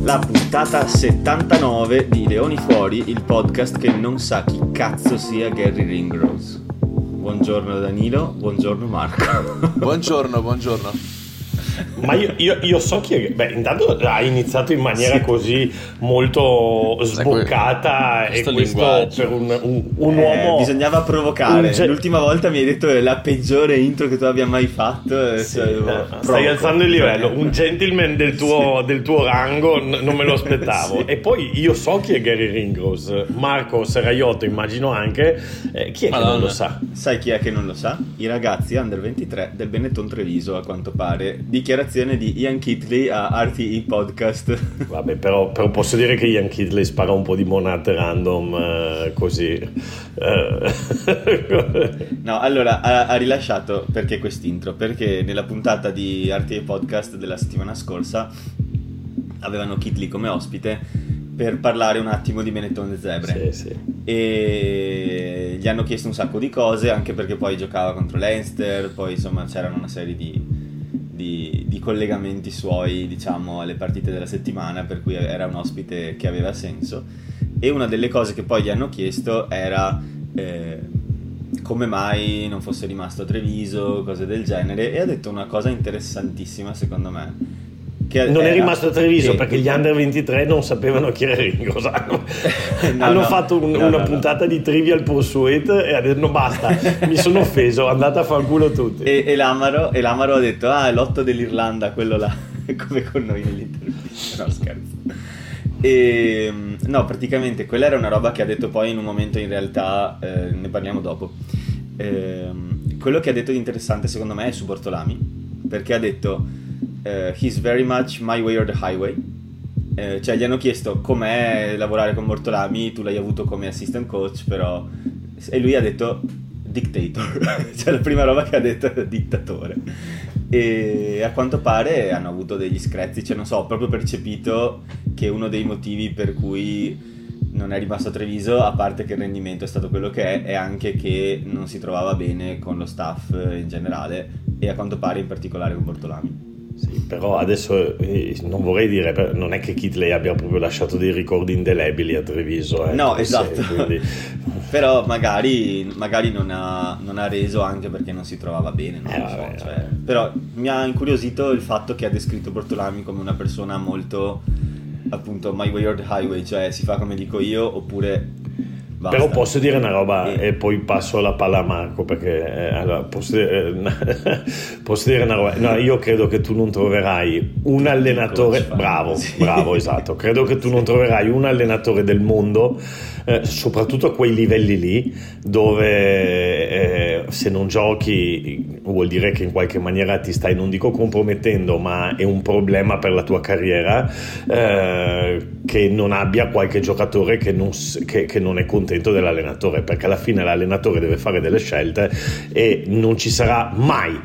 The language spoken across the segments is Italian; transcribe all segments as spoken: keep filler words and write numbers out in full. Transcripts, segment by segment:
la puntata settantanove di Leoni Fuori, il podcast che non sa chi cazzo sia Gary Ringrose. Buongiorno Danilo, buongiorno Marco. Buongiorno, buongiorno. Ma io, io, io so chi è. Beh, intanto ha iniziato in maniera sì. così molto sboccata, questo e questo linguaggio. Per un, un, un eh, uomo. Bisognava provocare. Ge- L'ultima volta mi hai detto è la peggiore intro che tu abbia mai fatto. Sì, cioè, eh, stai alzando il livello. Un gentleman del tuo, sì. del tuo rango, n- non me lo aspettavo. Sì. E poi io so chi è Gary Ringrose. Marco Serraiotto, immagino anche. Eh, chi è Madonna. Che non lo sa? Sai chi è che non lo sa? I ragazzi under ventitré del Benetton Treviso, a quanto pare. Dichiarazione di Ian Kitley a R T E Podcast. Vabbè, però, però posso dire che Ian Kitley spara un po' di monate random eh, così. Eh. No, allora ha, ha rilasciato perché quest'intro? Perché nella puntata di R T E Podcast della settimana scorsa avevano Kitley come ospite per parlare un attimo di Benetton Zebre. Sì, sì. E gli hanno chiesto un sacco di cose, anche perché poi giocava contro l'Einster, poi insomma c'erano una serie di Di, di collegamenti suoi, diciamo, alle partite della settimana, per cui era un ospite che aveva senso. E una delle cose che poi gli hanno chiesto era eh, come mai non fosse rimasto a Treviso, cose del genere, e ha detto una cosa interessantissima secondo me, che non era, è rimasto a Treviso che... perché gli under ventitré non sapevano chi era Ringrose. Hanno, no, hanno no, fatto un, no, una no, puntata no. di Trivial Pursuit e ha detto no basta, mi sono offeso, andate a fanculo tutti. E, e, l'Amaro, e l'Amaro ha detto ah, è l'otto dell'Irlanda, quello là, come con noi nell'intervista. No, scherzo. E, no, praticamente quella era una roba che ha detto poi in un momento, in realtà eh, ne parliamo dopo. Eh, quello che ha detto di interessante secondo me è su Bortolami, perché ha detto Uh, he's very much my way or the highway. Uh, cioè gli hanno chiesto com'è lavorare con Bortolami, tu l'hai avuto come assistant coach, però, e lui ha detto dictator. Cioè la prima roba che ha detto è dittatore. E a quanto pare hanno avuto degli screzi, cioè non so, ho proprio percepito che uno dei motivi per cui non è rimasto a Treviso, a parte che il rendimento è stato quello che è, è anche che non si trovava bene con lo staff in generale, e a quanto pare in particolare con Bortolami. Sì, però adesso eh, non vorrei dire, non è che Kitley abbia proprio lasciato dei ricordi indelebili a Treviso. Eh, no, esatto. Sé, quindi... però magari, magari non, ha, non ha reso anche perché non si trovava bene, non eh, lo so. vabbè, Cioè, però mi ha incuriosito il fatto che ha descritto Bortolami come una persona molto, appunto, my way or the highway, cioè si fa come dico io oppure... Basta. Però posso dire una roba e... e poi passo la palla a Marco, perché eh, allora, posso, dire, eh, posso dire una roba. No, io credo che tu non troverai un allenatore bravo, sì. bravo, esatto. Credo che tu non troverai un allenatore del mondo, eh, soprattutto a quei livelli lì, dove eh, se non giochi vuol dire che in qualche maniera ti stai, non dico compromettendo, ma è un problema per la tua carriera, eh, che non abbia qualche giocatore che non, che, che non è contento dell'allenatore, perché alla fine l'allenatore deve fare delle scelte e non ci sarà mai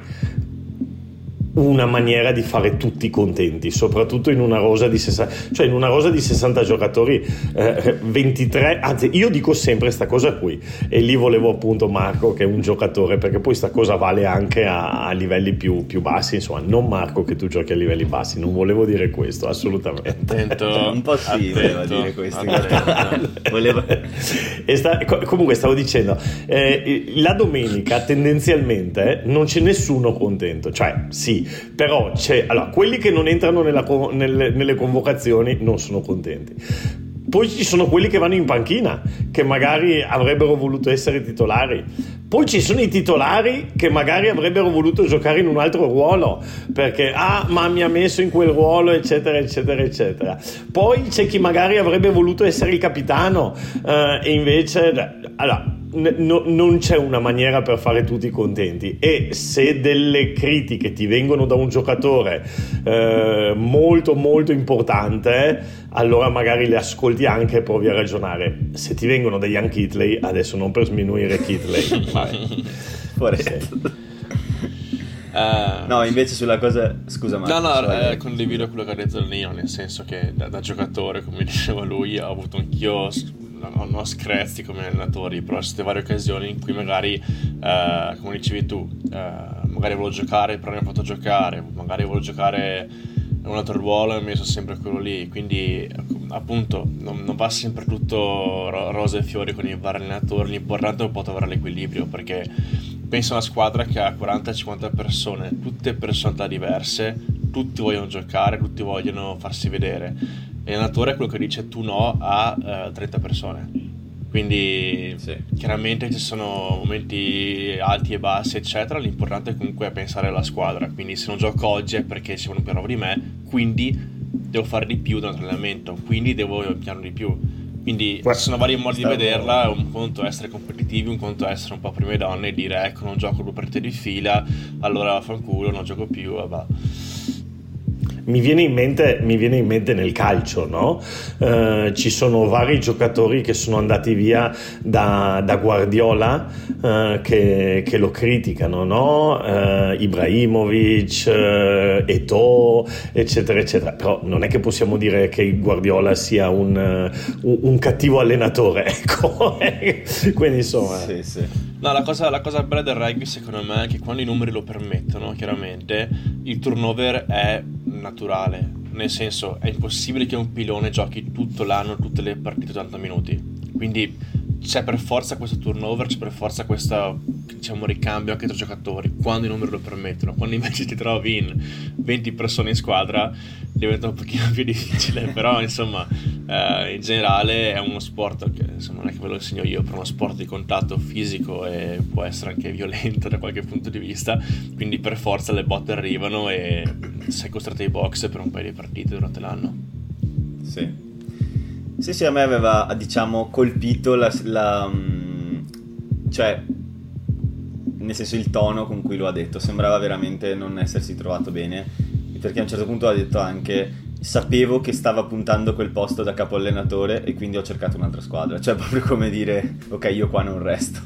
una maniera di fare tutti contenti, soprattutto in una rosa di sessanta, cioè in una rosa di sessanta giocatori, eh, ventitré, anzi io dico sempre sta cosa qui, e lì volevo appunto Marco che è un giocatore, perché poi sta cosa vale anche a, a livelli più, più bassi, insomma, non Marco che tu giochi a livelli bassi, non volevo dire questo assolutamente. Attento, un po' sì, voleva dire questo. Volevo... e sta, comunque stavo dicendo, eh, la domenica tendenzialmente non c'è nessuno contento, cioè sì, però c'è, allora, quelli che non entrano nella, nelle, nelle convocazioni non sono contenti. Poi ci sono quelli che vanno in panchina, che magari avrebbero voluto essere titolari. Poi ci sono i titolari che magari avrebbero voluto giocare in un altro ruolo, perché ah, ma mi ha messo in quel ruolo, eccetera, eccetera, eccetera. Poi c'è chi magari avrebbe voluto essere il capitano, eh, e invece, allora, No, non c'è una maniera per fare tutti contenti, e se delle critiche ti vengono da un giocatore eh, molto molto importante, allora magari le ascolti anche e provi a ragionare. Se ti vengono da Ian Kitley, adesso non per sminuire Kitley, fuori. Sì. Uh, no, invece sulla cosa, scusa Marco, no no eh, condivido quello che ha detto Nino, nel senso che da, da giocatore, come diceva lui, ho avuto anch'io non ho screzi come allenatori, però ci sono varie occasioni in cui magari eh, come dicevi tu, eh, magari volevo giocare però non ho fatto giocare, magari volevo giocare un altro ruolo e ho messo sempre quello lì, quindi appunto non, non va sempre tutto ro- rose e fiori con i vari allenatori, l'importante è un po' trovare l'equilibrio, perché penso a una squadra che ha quaranta cinquanta persone, tutte personalità diverse, tutti vogliono giocare, tutti vogliono farsi vedere, e l'allenatore è quello che dice tu no a uh, trenta persone. Quindi sì, chiaramente ci sono momenti alti e bassi eccetera, l'importante comunque è pensare alla squadra, quindi se non gioco oggi è perché ci vuole un piano di me, quindi devo fare di più durante l'allenamento, quindi devo impiano di più, quindi ci sono vari modi di vederla, un conto è essere competitivi, un conto è essere un po' prime donne e dire ecco non gioco due partite di fila, allora fanculo, non gioco più, vabbè. Mi viene in mente, mi viene in mente nel calcio, no? Eh, ci sono vari giocatori che sono andati via da, da Guardiola eh, che, che lo criticano, no? Eh, Ibrahimovic, eh, Eto'o, eccetera, eccetera. Però non è che possiamo dire che Guardiola sia un, un, un cattivo allenatore, ecco. Quindi insomma... Sì, sì. No, la cosa, la cosa bella del rugby secondo me è che quando i numeri lo permettono, chiaramente, il turnover è naturale, nel senso è impossibile che un pilone giochi tutto l'anno, tutte le partite ottanta minuti, quindi c'è per forza questo turnover, c'è per forza questo, diciamo, ricambio anche tra giocatori quando i numeri lo permettono. Quando invece ti trovi in venti persone in squadra diventa un pochino più difficile, però insomma eh, in generale è uno sport che insomma non è che ve lo insegno io, però è uno sport di contatto fisico e può essere anche violento da qualche punto di vista, quindi per forza le botte arrivano e sei costretto ai box per un paio di partite durante l'anno. Sì. Sì, sì, a me aveva, diciamo, colpito la, la, cioè, nel senso il tono con cui lo ha detto, sembrava veramente non essersi trovato bene, perché a un certo punto ha detto anche sapevo che stava puntando quel posto da capo allenatore e quindi ho cercato un'altra squadra, cioè proprio come dire ok, io qua non resto.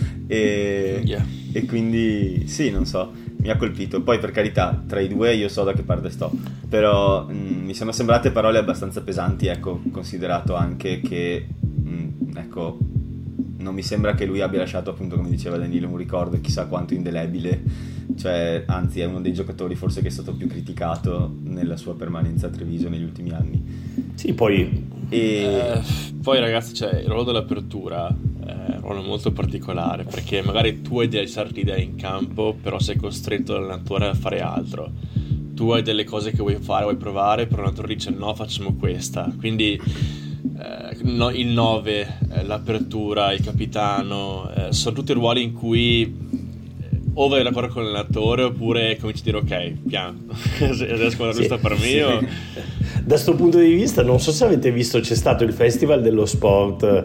e, yeah. e quindi sì, non so, mi ha colpito. Poi per carità, tra i due io so da che parte sto, però mh, mi sono sembrate parole abbastanza pesanti, ecco, considerato anche che mh, ecco, non mi sembra che lui abbia lasciato, appunto come diceva Danilo, un ricordo chissà quanto indelebile, cioè anzi è uno dei giocatori forse che è stato più criticato nella sua permanenza a Treviso negli ultimi anni. Sì, poi e... eh, poi ragazzi, cioè, il ruolo dell'apertura è un ruolo molto particolare, perché magari tu hai delle certe idee in campo, però sei costretto dall'allenatore a fare altro. Tu hai delle cose che vuoi fare, vuoi provare, però l'allenatore dice no, facciamo questa. Quindi eh, no, il nove, eh, l'apertura, il capitano, eh, sono tutti ruoli in cui o vai d'accordo con l'allenatore oppure cominci a dire ok, piano, riesco a giusta per me sì. o... Da questo punto di vista non so se avete visto, c'è stato il Festival dello Sport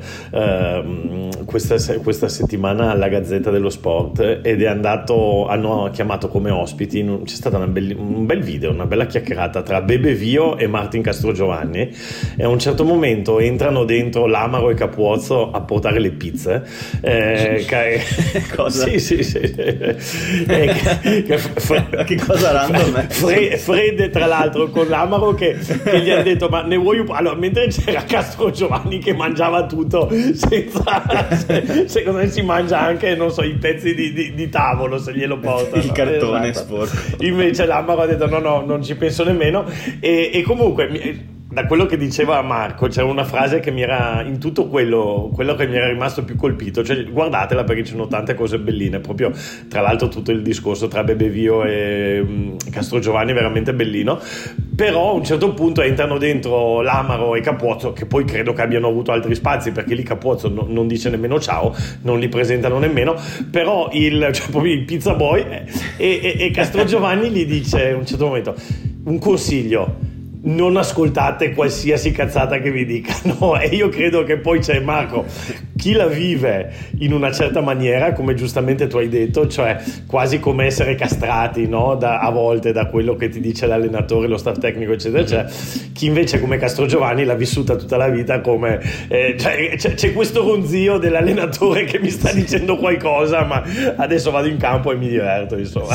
eh, questa, questa settimana alla Gazzetta dello Sport ed è andato, hanno chiamato come ospiti, c'è stato una belli, un bel video, una bella chiacchierata tra Bebe Vio e Martin Castrogiovanni e a un certo momento entrano dentro Lamaro e Capuozzo a portare le pizze eh, che, cosa? Sì sì sì eh, che, che, fre- che cosa random fre- fredde tra l'altro con Lamaro che che gli ha detto ma ne vuoi un po'? Allora mentre c'era Castrogiovanni che mangiava tutto senza se, secondo me si mangia anche non so i pezzi di, di, di tavolo se glielo portano, il cartone esatto. sporco. Invece Lamaro ha detto no no non ci penso nemmeno e, e comunque da quello che diceva Marco c'era una frase che mi era in tutto quello quello che mi era rimasto più colpito, cioè guardatela perché ci sono tante cose belline, proprio tra l'altro tutto il discorso tra Bebe Vio e um, Castrogiovanni è veramente bellino, però a un certo punto entrano dentro Lamaro e Capuozzo che poi credo che abbiano avuto altri spazi perché lì Capuozzo no, non dice nemmeno ciao, non li presentano nemmeno, però il, cioè proprio il pizza boy e, e, e Castrogiovanni gli dice a un certo momento un consiglio: non ascoltate qualsiasi cazzata che vi dicano. E io credo che poi c'è Marco, chi la vive in una certa maniera, come giustamente tu hai detto, cioè quasi come essere castrati, no? Da, a volte da quello che ti dice l'allenatore, lo staff tecnico eccetera, cioè, chi invece come Castrogiovanni l'ha vissuta tutta la vita come eh, cioè, c'è, c'è questo ronzio dell'allenatore che mi sta dicendo qualcosa ma adesso vado in campo e mi diverto, insomma.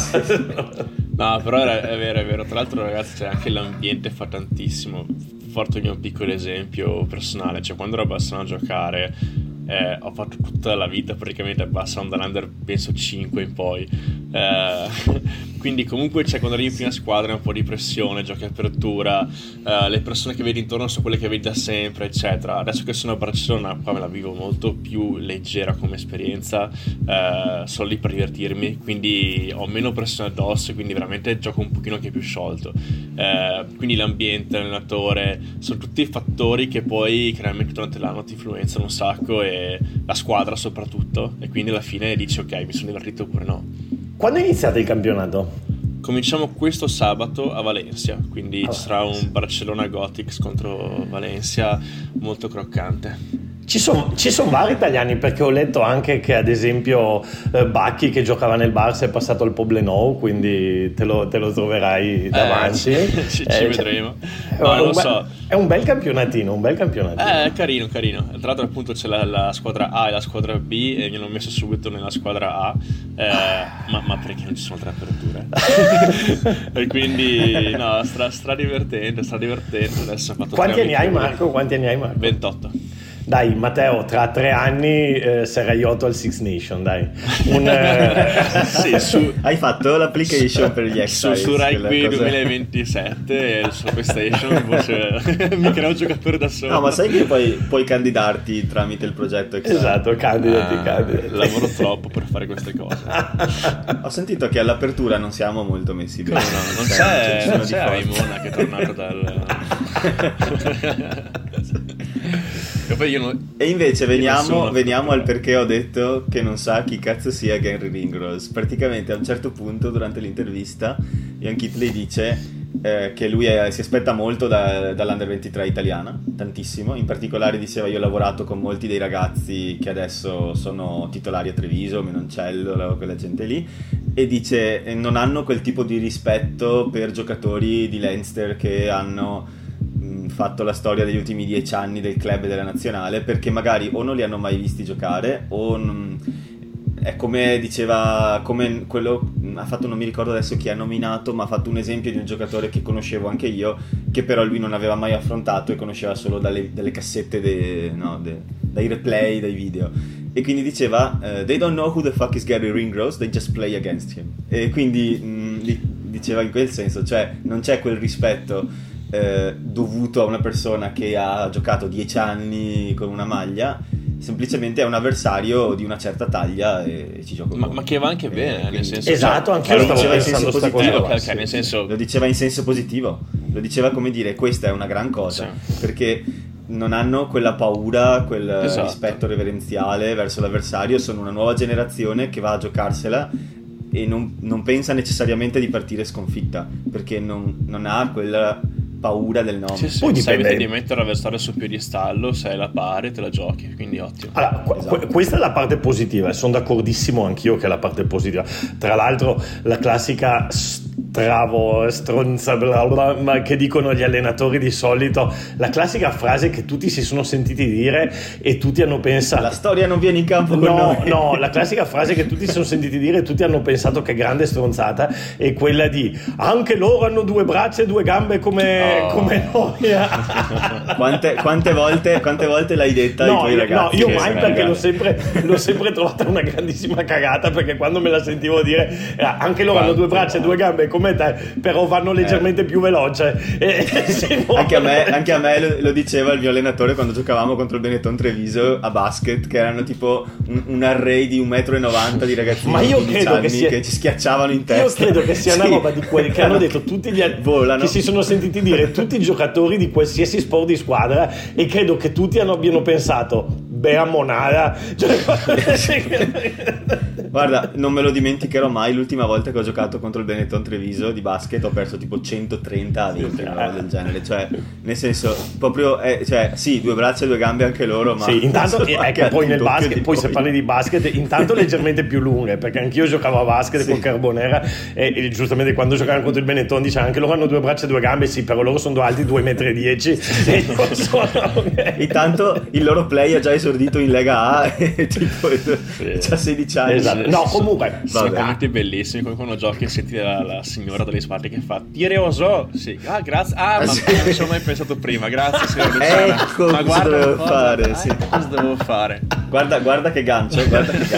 No, però è vero, è vero. Tra l'altro, ragazzi, c'è anche l'ambiente fa tantissimo. Porto il mio piccolo esempio personale. Cioè, quando ero a Bassano a giocare, eh, ho fatto tutta la vita praticamente a Bassano dall'Under, penso cinque in poi. Eh, quindi comunque c'è, quando arrivi in prima squadra un po' di pressione, giochi apertura, uh, le persone che vedi intorno sono quelle che vedi da sempre, eccetera. Adesso che sono a Barcellona qua me la vivo molto più leggera come esperienza, uh, sono lì per divertirmi, quindi ho meno pressione addosso, quindi veramente gioco un pochino anche più sciolto. Uh, quindi l'ambiente, l'allenatore, sono tutti fattori che poi chiaramente durante l'anno ti influenzano un sacco, e la squadra soprattutto, e quindi alla fine dici ok, mi sono divertito oppure no. Quando è iniziato il campionato? Cominciamo questo sabato a Valencia, quindi ah, ci sarà un Barcellona Gothics contro Valencia molto croccante. Ci sono ci son vari italiani, perché ho letto anche che ad esempio eh, Bacchi, che giocava nel Barça, è passato al Poblenou, quindi te lo, te lo troverai davanti. Eh, ci, ci, eh, ci vedremo. Cioè, no, non lo be- so. È un bel campionatino, un bel campionatino. Eh, carino, carino. Tra l'altro appunto c'è la, la squadra A e la squadra B, e mi hanno messo subito nella squadra A, eh, ma, ma perché non ci sono tre aperture? E quindi no, stra, stra divertente, stra divertente. Adesso ho fatto Quanti anni hai, Marco? Quanti anni hai, Marco? ventotto. Dai, Matteo, tra tre anni eh, sarai otto al Six Nation, dai. Un, eh... sì, su... Hai fatto l'application per gli su, X-Size? Su Rai Qui cosa... duemilaventisette e su PlayStation voce... mi creo un giocatore da solo. No, ma sai che poi puoi candidarti tramite il progetto X-Size? Esatto, candidati, ah, candidati. Lavoro troppo per fare queste cose. Ho sentito che all'apertura non siamo molto messi bene. No, no, non c'è, non c'è Aimona che è tornato dal... E, poi io non... e invece veniamo, veniamo al fortuna. perché ho detto che non sa chi cazzo sia Gary Ringrose. Praticamente a un certo punto durante l'intervista Ian Kitley dice eh, che lui è, si aspetta molto da, dall'Under ventitré italiana, tantissimo. In particolare diceva: io ho lavorato con molti dei ragazzi che adesso sono titolari a Treviso, Menoncello, quella gente lì, e dice eh, non hanno quel tipo di rispetto per giocatori di Leinster che hanno fatto la storia degli ultimi dieci anni del club e della nazionale, perché magari o non li hanno mai visti giocare, o non... è come diceva, come quello ha fatto, non mi ricordo adesso chi ha nominato, ma ha fatto un esempio di un giocatore che conoscevo anche io, che però lui non aveva mai affrontato e conosceva solo dalle, dalle cassette de, no, de, dai replay, dai video, e quindi diceva uh, they don't know who the fuck is Gary Ringrose, they just play against him. E quindi mh, diceva in quel senso, cioè non c'è quel rispetto Eh, dovuto a una persona che ha giocato dieci anni con una maglia, semplicemente è un avversario di una certa taglia e ci gioca. Ma, ma che va anche bene, quindi... nel senso, esatto, anche lo io stavo diceva in pensando senso sta positivo, cosa, okay, nel senso... lo diceva in senso positivo, lo diceva come dire questa è una gran cosa, sì, perché non hanno quella paura, quel esatto. rispetto reverenziale verso l'avversario, sono una nuova generazione che va a giocarsela e non, non pensa necessariamente di partire sconfitta, perché non, non ha quella paura del nome. Sì, sì. Poi dipende di mettere l'avversario sul piedistallo, se hai la pare te la giochi, quindi ottimo. Allora, esatto. qu- questa è la parte positiva, e sono d'accordissimo anch'io che è la parte positiva. Tra l'altro la classica stravo, stronza, bla bla, ma che dicono gli allenatori di solito, la classica frase che tutti si sono sentiti dire e tutti hanno pensato la storia non viene in campo con no, noi. no, la classica frase che tutti si sono sentiti dire e tutti hanno pensato che grande stronzata è quella di anche loro hanno due braccia e due gambe come Oh. come noi. quante, quante, volte, quante volte l'hai detta no, ai tuoi ragazzi? No, io mai, perché l'ho sempre, l'ho sempre trovata una grandissima cagata, perché quando me la sentivo dire eh, anche loro hanno due braccia e due gambe come te, però vanno leggermente eh. più veloce. E, e anche, a me, anche a me lo, lo diceva il mio allenatore quando giocavamo contro il Benetton Treviso a basket, che erano tipo un, un array di un metro e novanta di ragazzini ma io di credo anni che, sia... che ci schiacciavano in testa. Io credo che sia sì. una roba di quelli che hanno detto tutti gli volano, che si sono sentiti dire tutti i giocatori di qualsiasi sport di squadra, e credo che tutti hanno, abbiano pensato bea monada, cioè... Guarda, non me lo dimenticherò mai l'ultima volta che ho giocato contro il Benetton Treviso di basket, ho perso tipo centotrenta a venti, una roba del genere, cioè nel senso proprio eh, cioè sì, due braccia e due gambe anche loro, ma sì, intanto è che poi nel basket, poi se parli di basket, intanto leggermente più lunghe, perché anch'io giocavo a basket sì. con Carbonera e, e giustamente quando giocavano contro il Benetton diceva anche loro hanno due braccia e due gambe, sì, però loro sono alti due virgola dieci metri e non sono, okay. Intanto il loro play ha già esordito in Lega A e tipo sì. c'ha sedici anni. Esatto. No, comunque sono momenti bellissimi, come quando giochi e senti la, la signora dalle spalle che fa tire oso, sì, ah grazie, ah, ah ma sì. non ci ho mai pensato prima, grazie signora Luciana. Ecco, ma guarda dovevo cosa, fare, ah, sì. cosa dovevo fare. Guarda, guarda che gancio, guarda che gancio.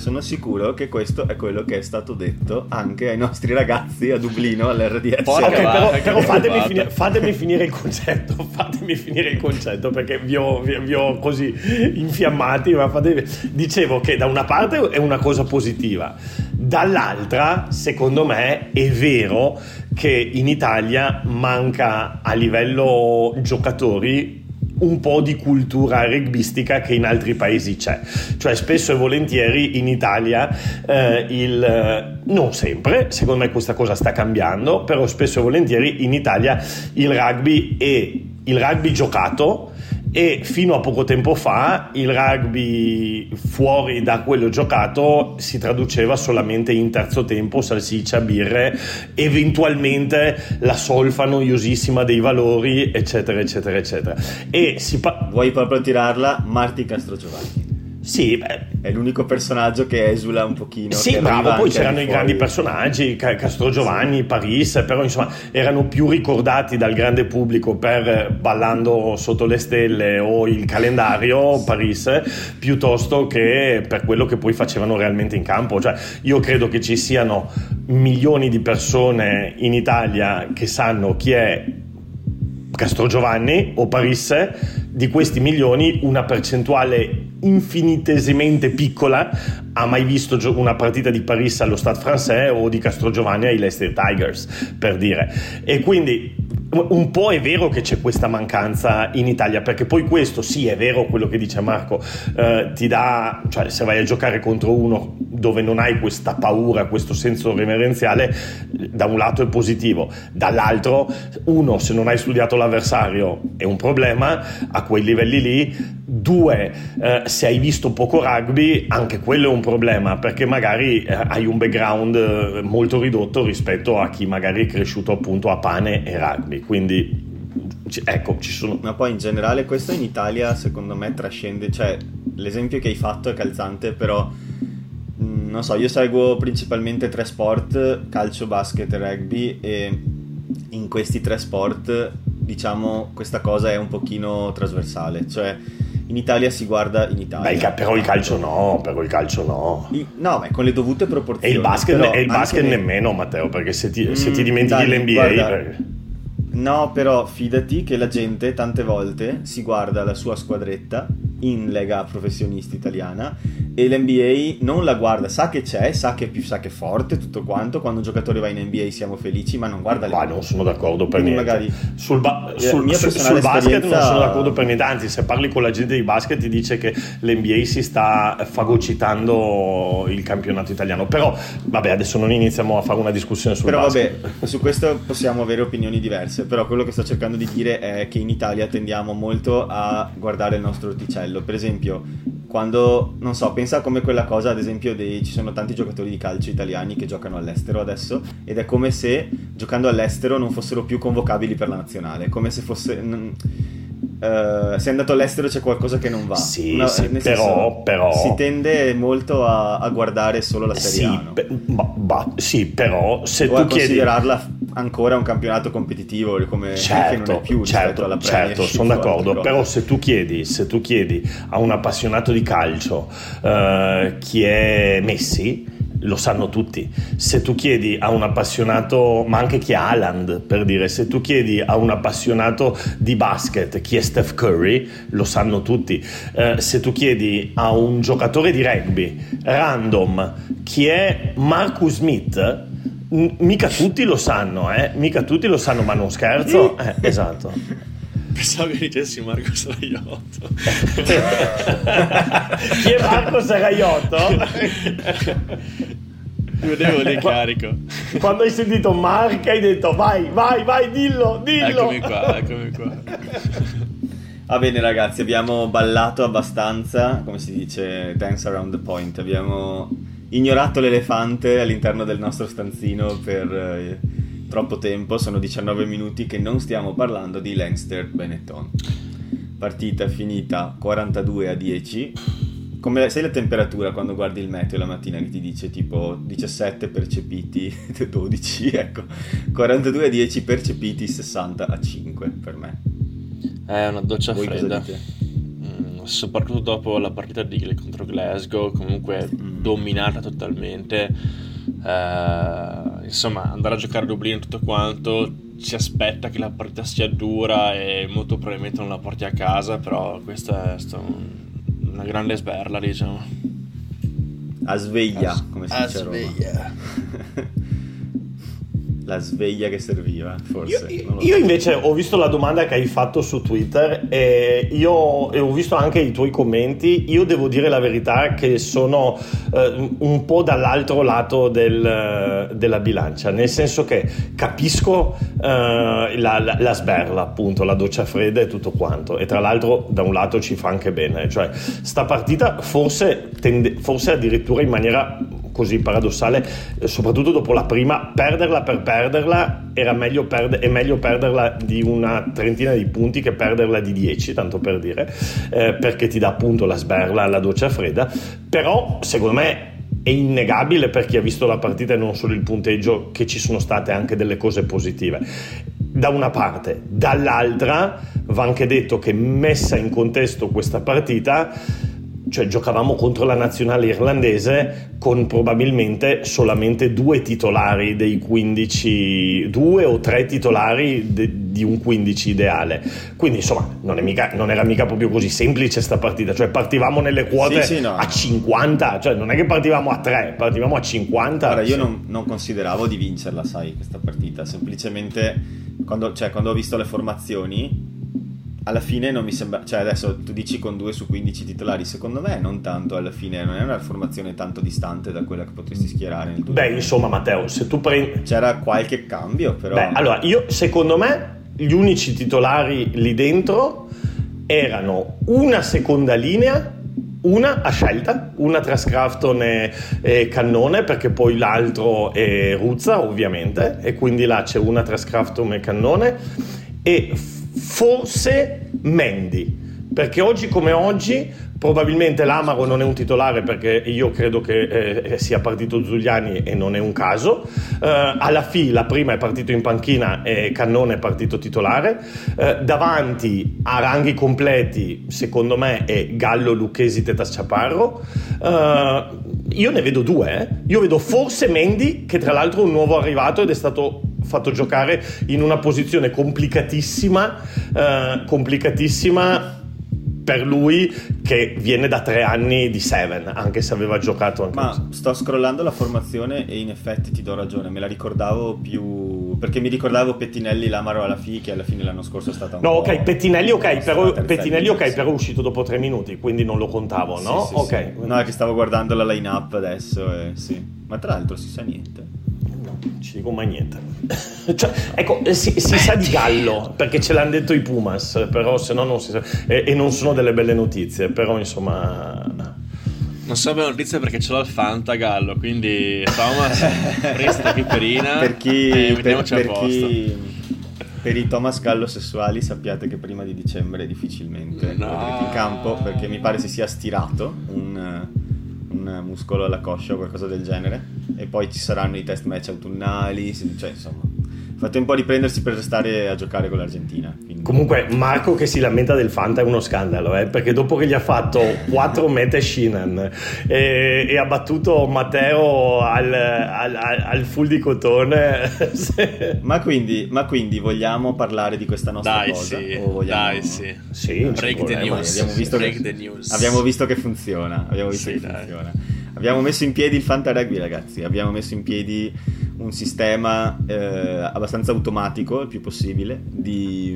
sono sicuro che questo è quello che è stato detto anche ai nostri ragazzi a Dublino all'R D S. Ok, va, però, però fatemi, finire, fatemi fatemi finire il concetto, fatemi finire il concetto perché vi ho, vi, vi ho così infiammati, ma fatemi... Dicevo che da una parte è una cosa positiva, dall'altra secondo me è vero che in Italia manca a livello giocatori un po' di cultura rugbistica che in altri paesi c'è, cioè spesso e volentieri in Italia eh, il non sempre, secondo me questa cosa sta cambiando, però spesso e volentieri in Italia il rugby è il rugby giocato e fino a poco tempo fa il rugby fuori da quello giocato si traduceva solamente in terzo tempo, salsiccia, birre, eventualmente la solfa noiosissima dei valori, eccetera eccetera eccetera. E si pa- Vuoi proprio tirarla? Marti Castrogiovanni. Sì, beh, è l'unico personaggio che esula un pochino. sì, bravo, poi c'erano i grandi personaggi, Castrogiovanni, sì. Paris, però insomma erano più ricordati dal grande pubblico per Ballando sotto le stelle o il calendario, sì. Paris, piuttosto che per quello che poi facevano realmente in campo. Cioè io credo che ci siano milioni di persone in Italia che sanno chi è Castrogiovanni o Paris. Di questi milioni una percentuale infinitesimamente piccola ha mai visto una partita di Paris allo Stade Français o di Castrogiovanni ai Leicester Tigers, per dire. E quindi un po' è vero che c'è questa mancanza in Italia, perché poi questo sì è vero quello che dice Marco, eh, ti dà, cioè se vai a giocare contro uno dove non hai questa paura, questo senso reverenziale, da un lato è positivo, dall'altro uno, se non hai studiato l'avversario è un problema a quei livelli lì, due, eh, se hai visto poco rugby anche quello è un problema, perché magari eh, hai un background eh, molto ridotto rispetto a chi magari è cresciuto appunto a pane e rugby, quindi ecco ci sono. Ma poi in generale questo in Italia secondo me trascende, cioè l'esempio che hai fatto è calzante, però mh, non so, io seguo principalmente tre sport, calcio, basket e rugby, e in questi tre sport diciamo questa cosa è un pochino trasversale, cioè in Italia si guarda in Italia. Beh, però il calcio no, però il calcio no. I, no, ma con le dovute proporzioni. E il basket, però e il basket ne... nemmeno, Matteo, perché se ti, mm, se ti dimentichi dai, l'N B A... guarda, perché... No, però fidati che la gente tante volte si guarda la sua squadretta in lega professionisti italiana e l'N B A non la guarda, sa che c'è, sa che è più, sa che è forte, tutto quanto. Quando un giocatore va in N B A siamo felici, ma non guarda le ma non sono d'accordo per quindi niente. Magari sul, ba- sul, mia sul, sul basket non sono d'accordo per niente, anzi se parli con la gente di basket ti dice che l'N B A si sta fagocitando il campionato italiano, però vabbè adesso non iniziamo a fare una discussione sul però basket. Vabbè, su questo possiamo avere opinioni diverse, però quello che sto cercando di dire è che in Italia tendiamo molto a guardare il nostro orticello. Per esempio, quando, non so, pensa come quella cosa, ad esempio, dei, ci sono tanti giocatori di calcio italiani che giocano all'estero adesso, ed è come se giocando all'estero non fossero più convocabili per la nazionale, come se fosse... Non, Uh, se è andato all'estero c'è qualcosa che non va. Sì, Una, sì, nel però, senso, però si tende molto a, a guardare solo la Serie sì, A, no? pe- ma, ma, sì, però se o tu a chiedi considerarla ancora un campionato competitivo come certo, che non è più certo, alla certo, sono d'accordo, però se tu chiedi se tu chiedi a un appassionato di calcio uh, chi è Messi, lo sanno tutti. Se tu chiedi a un appassionato, ma anche chi è Haaland, per dire, se tu chiedi a un appassionato di basket chi è Steph Curry, lo sanno tutti. Eh, se tu chiedi a un giocatore di rugby random chi è Marcus Smith, m- mica tutti lo sanno, eh? Mica tutti lo sanno, ma non scherzo. Eh, esatto. Pensavo che dicessi Marcos Raiotto. Chi è Marcos Raiotto? Mi vedevo lì carico. Quando hai sentito Marca hai detto vai, vai, vai, dillo, dillo. Eccomi qua, eccomi qua. Va bene ragazzi, abbiamo ballato abbastanza, come si dice, dance around the point. Abbiamo ignorato l'elefante all'interno del nostro stanzino per... Eh, troppo tempo, sono diciannove minuti che non stiamo parlando di Leinster Benetton. Partita finita quarantadue a dieci. Come sai la temperatura quando guardi il meteo la mattina che ti dice tipo diciassette percepiti dodici, ecco. quarantadue a dieci percepiti sessanta a cinque per me. È una doccia Voi fredda. Mm, soprattutto dopo la partita di contro Glasgow, comunque mm. dominata totalmente. Uh, insomma, andare a giocare a Dublino tutto quanto, si aspetta che la partita sia dura e molto probabilmente non la porti a casa, però questa è stata un, una grande sberla, diciamo. A sveglia, a, come si a dice a Roma. sveglia. La sveglia che serviva, forse. Io, io invece ho visto la domanda che hai fatto su Twitter e io e ho visto anche i tuoi commenti. Io devo dire la verità che sono eh, un po' dall'altro lato del, della bilancia, nel senso che capisco eh, la, la, la sberla, appunto, la doccia fredda e tutto quanto, e tra l'altro da un lato ci fa anche bene, cioè sta partita forse, tende, forse addirittura in maniera così paradossale, soprattutto dopo la prima, perderla per perderla era meglio perde- è meglio perderla di una trentina di punti che perderla di dieci, tanto per dire, eh, perché ti dà appunto la sberla, la doccia fredda. Però secondo me è innegabile, per chi ha visto la partita e non solo il punteggio, che ci sono state anche delle cose positive da una parte. Dall'altra va anche detto che, messa in contesto questa partita, cioè giocavamo contro la nazionale irlandese con probabilmente solamente due titolari dei quindici, due o tre titolari de, di un quindici ideale, quindi insomma non, è mica, non era mica proprio così semplice sta partita, cioè partivamo nelle quote sì, sì, no. a cinquanta, cioè non è che partivamo a tre, partivamo a cinquanta. Allora, io sì. non, non consideravo di vincerla, sai, questa partita, semplicemente quando, cioè, quando ho visto le formazioni alla fine non mi sembra, cioè adesso tu dici con due su quindici titolari, secondo me non tanto, alla fine non è una formazione tanto distante da quella che potresti schierare nel tuo Beh, gioco. insomma, Matteo, se tu prendi, c'era qualche cambio, però. Beh, allora, io secondo me gli unici titolari lì dentro erano una seconda linea, una a scelta, una tra Scrafton e, e Cannone, perché poi l'altro è Ruzza ovviamente, e quindi là c'è una tra Scrafton e Cannone, e forse Mendy, perché oggi come oggi probabilmente l'Amaro non è un titolare, perché io credo che eh, sia partito Zuliani e non è un caso. eh, alla fine la prima è partito in panchina e Cannone è partito titolare. eh, davanti a ranghi completi secondo me è Gallo, Lucchesi, Tetas Chaparro. eh, io ne vedo due eh. io vedo forse Mendy, che tra l'altro è un nuovo arrivato ed è stato fatto giocare in una posizione complicatissima eh, complicatissima per lui, che viene da tre anni di Seven, anche se aveva giocato anche. Ma sto scrollando la formazione e in effetti ti do ragione, me la ricordavo più perché mi ricordavo Pettinelli, Lamaro alla F I, che alla fine l'anno scorso è stata un no po'. ok Pettinelli ok però Pettinelli ok sì. però è uscito dopo tre minuti, quindi non lo contavo, no? Sì, sì, ok sì. No, è che stavo guardando la line up adesso e sì, ma tra l'altro si sa niente. No, non ci dico mai niente. Cioè, ecco, si, si sa di Gallo perché ce l'hanno detto i Pumas, però se no non si sa, e, e non sono delle belle notizie, però insomma non so belle notizie perché ce l'ho il Fanta Gallo, quindi Thomas presta Piperina per chi, e per, mettiamoci a per posto. chi per i Thomas Gallo sessuali sappiate che prima di dicembre difficilmente No. andrete in campo, perché mi pare si sia stirato un, un muscolo alla coscia o qualcosa del genere, e poi ci saranno i test match autunnali, cioè insomma fate un po' riprendersi per restare a giocare con l'Argentina. Quindi. Comunque Marco che si lamenta del Fanta è uno scandalo, eh? Perché dopo che gli ha fatto quattro mete Shinan e, e ha battuto Matteo al, al, al full di cotone se... ma, quindi, ma quindi vogliamo parlare di questa nostra Dai, cosa? sì, O vogliamo... dai sì, sì break the news, abbiamo visto break che, the news. abbiamo visto che funziona abbiamo visto Sì, che dai. funziona abbiamo messo in piedi il Fanta Rugby, ragazzi, abbiamo messo in piedi un sistema eh, abbastanza automatico il più possibile di,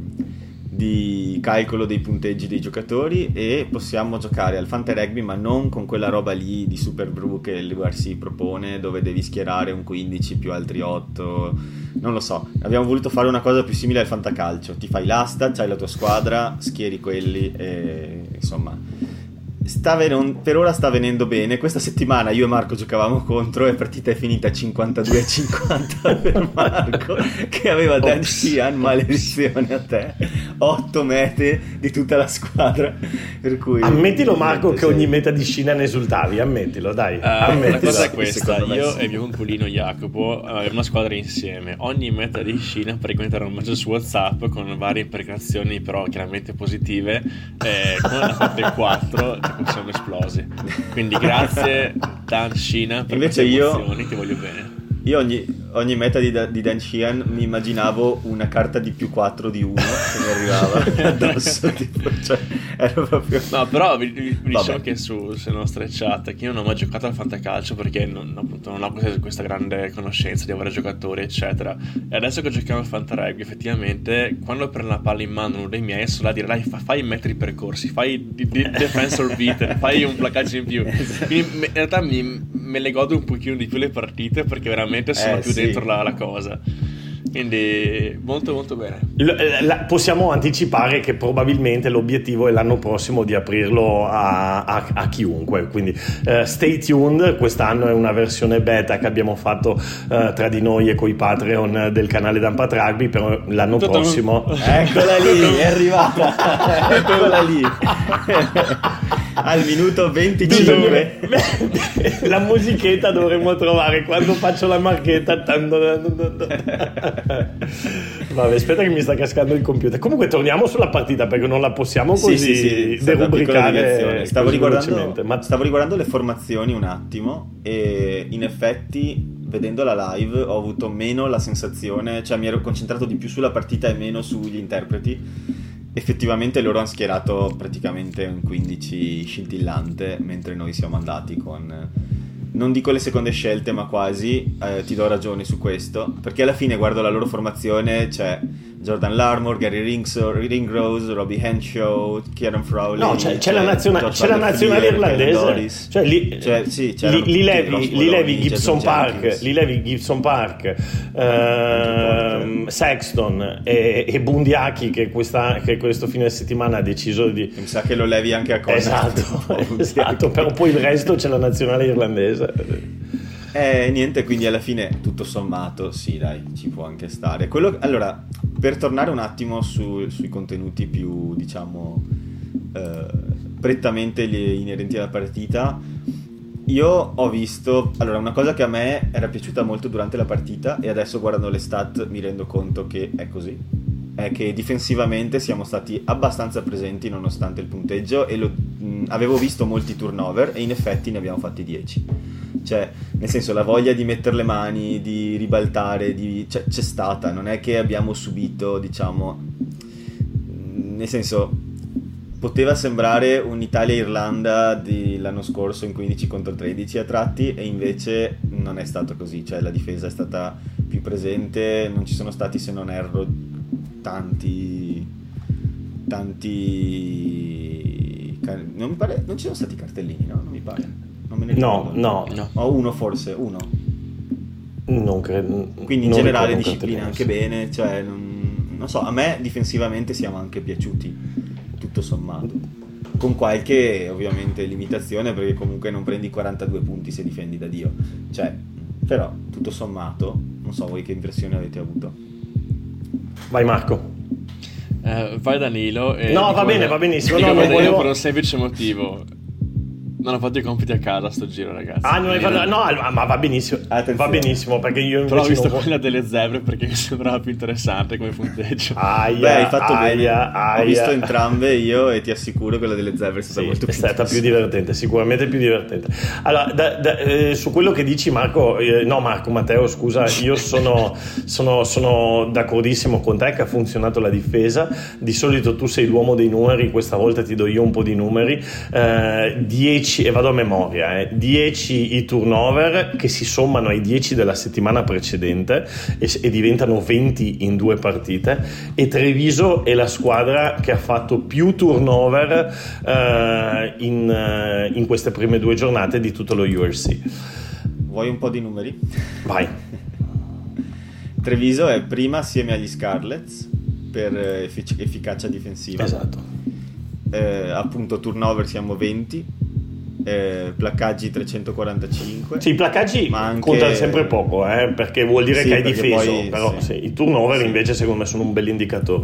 di calcolo dei punteggi dei giocatori, e possiamo giocare al Fanta Rugby ma non con quella roba lì di Super Brew che l'U R C propone, dove devi schierare un quindici più altri otto, non lo so, abbiamo voluto fare una cosa più simile al fantacalcio, ti fai l'asta, c'hai la tua squadra, schieri quelli e insomma sta ven- per ora sta venendo bene. Questa settimana io e Marco giocavamo contro e la partita è finita cinquantadue a cinquanta per Marco, che aveva Dan Sheehan, maledizione a te, otto mete di tutta la squadra, per cui ammettilo Marco che sei... ogni meta di Sheehan esultavi, ammettilo dai, Uh, ammettilo. la cosa è questa, Secondo me io sì. e il mio conculino Jacopo avevamo una squadra insieme, ogni meta di Scina praticamente era un messaggio su WhatsApp con varie imprecazioni però chiaramente positive, eh, come hanno fatto il quattro ci siamo esplosi, quindi grazie Dan Sheehan, per Invece queste io- emozioni, ti voglio bene. Io ogni, ogni meta di, Da- di Dan Sheehan mi immaginavo una carta di più quattro di uno che mi arrivava addosso, tipo, cioè, ero proprio... No, però vi, vi- vi Vabbè. diciamo che su, sulle nostre chat che io non ho mai giocato al fantacalcio perché non, appunto, non ho questa, questa grande conoscenza di avere giocatori eccetera, e adesso che giochiamo al fantarugby effettivamente quando prendo la palla in mano uno dei miei sono là a dire dai fa- fai mettere i percorsi, fai di, di defensor beater, fai un placcaggio in più, quindi me- in realtà mi, me le godo un pochino di più le partite perché veramente sono Eh, più sì. dentro la, la cosa, quindi molto molto bene. L- la- possiamo anticipare che probabilmente l'obiettivo è l'anno prossimo di aprirlo a, a- a chiunque, quindi eh, stay tuned. Quest'anno è una versione beta che abbiamo fatto eh, tra di noi e coi Patreon del canale Dampat Rugby, però l'anno Tutto- prossimo Eccola lì, è arrivata, eccola lì. Al minuto venticinque. la musichetta dovremmo trovare quando faccio la marchetta. Vabbè, aspetta che mi sta cascando il computer. Comunque torniamo sulla partita perché non la possiamo così Sì, sì, sì, è stata una piccola derubricare deviazione. Stavo così riguardando, velocemente. Ma stavo riguardando le formazioni un attimo e in effetti vedendola live ho avuto meno la sensazione, cioè mi ero concentrato di più sulla partita e meno sugli interpreti. Effettivamente loro hanno schierato praticamente un quindici scintillante, mentre noi siamo andati con, non dico le seconde scelte, ma quasi. Eh, ti do ragione su questo, perché alla fine guardo la loro formazione, c'è Jordan Larmour, Gary Ringso- Ringrose, Robbie Henshaw, Kieran Frawley. no, c'è, c'è la, naziona- Josh c'è la nazionale Van Der Fleer, Kellen irlandese, Doris. cioè lì, Cioè, sì, lì, c'erano lì tutti, levi, Ross lì levi Maloney, Gibson Jason Park, Jenkins. lì levi Gibson Park, ehm, Sexton e, e Bundiaki che, questa, che questo fine settimana ha deciso di... Mi sa che lo levi anche a cosa. Esatto, esatto, però poi il resto c'è la nazionale irlandese. Eh, niente, quindi alla fine tutto sommato, sì, dai, ci può anche stare. Quello, allora, per tornare un attimo su- sui contenuti più, diciamo, eh, prettamente li- inerenti alla partita, io ho visto, allora, una cosa che a me era piaciuta molto durante la partita e adesso guardando le stat mi rendo conto che è così, è che difensivamente siamo stati abbastanza presenti nonostante il punteggio e lo, mh, avevo visto molti turnover e in effetti ne abbiamo fatti dieci. Cioè, nel senso, la voglia di mettere le mani, di ribaltare, di... cioè, c'è stata, non è che abbiamo subito, diciamo, nel senso, poteva sembrare un'Italia-Irlanda dell'anno scorso in quindici contro tredici a tratti e invece non è stato così, cioè la difesa è stata più presente, non ci sono stati, se non erro, tanti tanti non mi pare, non ci sono stati cartellini, no? Non mi pare. Non me ne No, ricordo. no, No. O uno forse, uno. non credo. Quindi in non generale ricordo un disciplina anche cartellino, bene, cioè non, non so, a me difensivamente siamo anche piaciuti, tutto sommato. Con qualche ovviamente limitazione perché comunque non prendi quarantadue punti se difendi da Dio. Cioè, però tutto sommato, non so voi che impressione avete avuto. Vai Marco. Eh, vai Danilo e No, dico va bene, Danilo- va benissimo. dico No, non Danilo volevo- per un semplice motivo. Non ho fatto i compiti a casa sto giro, ragazzi. Ah, non hai Quindi- fatto... No, ma va benissimo. Attenzione. Va benissimo perché io invece Però ho visto non... quella delle zebre perché mi sembrava più interessante come punteggio. Aia, Beh, hai fatto aia, bene. aia. Ho visto entrambe io e ti assicuro che quella delle zebre è stata Sì, molto è più stata più interessante. divertente, sicuramente più divertente. Allora, da- da- eh, su quello che dici Marco, eh, no Marco, Matteo, scusa, io sono, sono, sono d'accordissimo con te che ha funzionato la difesa. Di solito tu sei l'uomo dei numeri, questa volta ti do io un po' di numeri. dieci, e vado a memoria, eh, dieci i turnover che si sommano ai dieci della settimana precedente e, e diventano venti in due partite, e Treviso è la squadra che ha fatto più turnover eh, in, eh, in queste prime due giornate di tutto lo U R C. Vuoi un po' di numeri? Vai. Treviso è prima assieme agli Scarlets per eh, effic- efficacia difensiva. Esatto. Eh, appunto turnover siamo venti, eh, placcaggi trecentoquarantacinque. Sì, i placcaggi Ma anche- contano sempre poco, eh, perché vuol dire Sì, che hai perché difeso, poi, però sì. sì, i turnover Sì. invece secondo me sono un bel indicatore.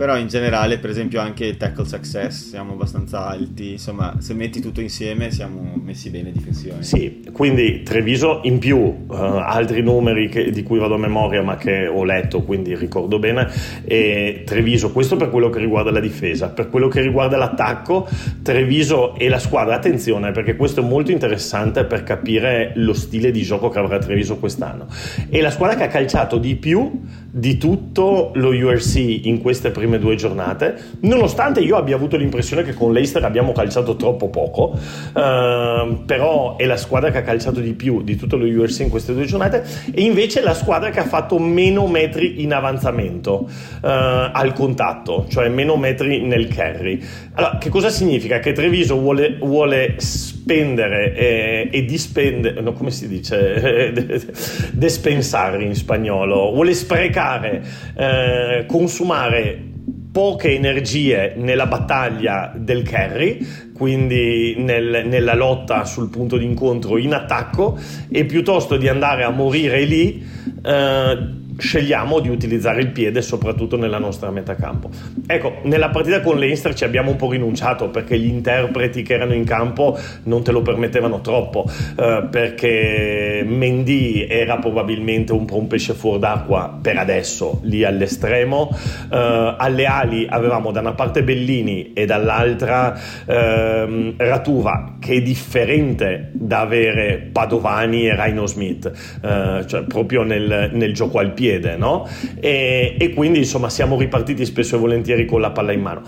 però in generale, per esempio, anche tackle success siamo abbastanza alti, insomma, se metti tutto insieme siamo messi bene difensivamente. Sì, quindi Treviso in più, uh, altri numeri che, di cui vado a memoria ma che ho letto, quindi ricordo bene, e Treviso, questo per quello che riguarda la difesa. Per quello che riguarda l'attacco, Treviso e la squadra, attenzione perché questo è molto interessante per capire lo stile di gioco che avrà Treviso quest'anno, è la squadra che ha calciato di più di tutto lo U R C in queste prime due giornate, nonostante io abbia avuto l'impressione che con l'Eister abbiamo calciato troppo poco, uh, però è la squadra che ha calciato di più di tutto lo U R C in queste due giornate, e invece è la squadra che ha fatto meno metri in avanzamento uh, al contatto, cioè meno metri nel carry. Allora, che cosa significa? Che Treviso vuole, vuole spendere e, e dispendere, no, come si dice? Despensare in spagnolo, vuole sprecare, eh, consumare poche energie nella battaglia del carry, quindi nel, nella lotta sul punto di incontro in attacco, e piuttosto di andare a morire lì eh, scegliamo di utilizzare il piede soprattutto nella nostra metacampo. Ecco, nella partita con l'Einster ci abbiamo un po' rinunciato perché gli interpreti che erano in campo non te lo permettevano troppo, eh, perché Mendy era probabilmente un po' un pesce fuor d'acqua per adesso lì all'estremo, eh, alle ali avevamo da una parte Bellini e dall'altra eh, Ratuva, che è differente da avere Padovani e Rhino Smith, eh, cioè proprio nel, nel gioco al piede, no? E, e quindi insomma siamo ripartiti spesso e volentieri con la palla in mano,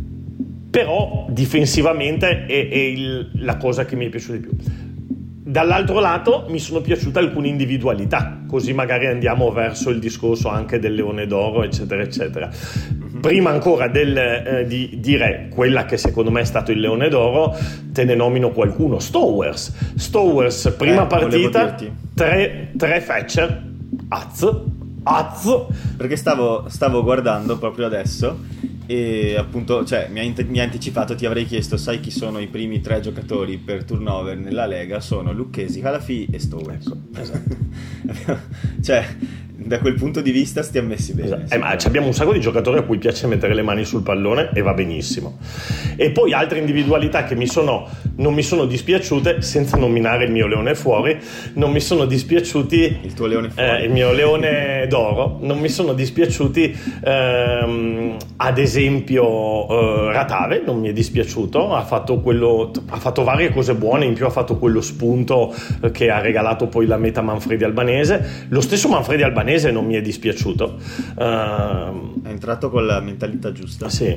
però difensivamente è, è il, la cosa che mi è piaciuta di più. Dall'altro lato mi sono piaciute alcune individualità, così magari andiamo verso il discorso anche del Leone d'Oro eccetera eccetera. Prima ancora del, eh, di dire quella che secondo me è stato il Leone d'Oro, te ne nomino qualcuno. Stowers Stowers prima eh, partita tre, tre Fetcher Az Az perché stavo, stavo guardando proprio adesso e appunto, cioè mi ha, mi ha anticipato, ti avrei chiesto, sai chi sono i primi tre giocatori per turnover nella Lega? Sono Lucchesi, Calafi e Stowers. Ecco, esatto. Cioè da quel punto di vista stiamo messi bene. Esatto. Eh, ma abbiamo un sacco di giocatori a cui piace mettere le mani sul pallone e va benissimo. E poi altre individualità che mi sono, non mi sono dispiaciute, senza nominare il mio leone fuori, non mi sono dispiaciuti il tuo leone fuori, eh, il mio leone d'oro, non mi sono dispiaciuti ehm, ad esempio eh, Ratave, non mi è dispiaciuto, ha fatto quello, ha fatto varie cose buone, in più ha fatto quello spunto eh, che ha regalato poi la meta Manfredi Albanese. Lo stesso Manfredi Albanese non mi è dispiaciuto, uh, è entrato con la mentalità giusta, sì.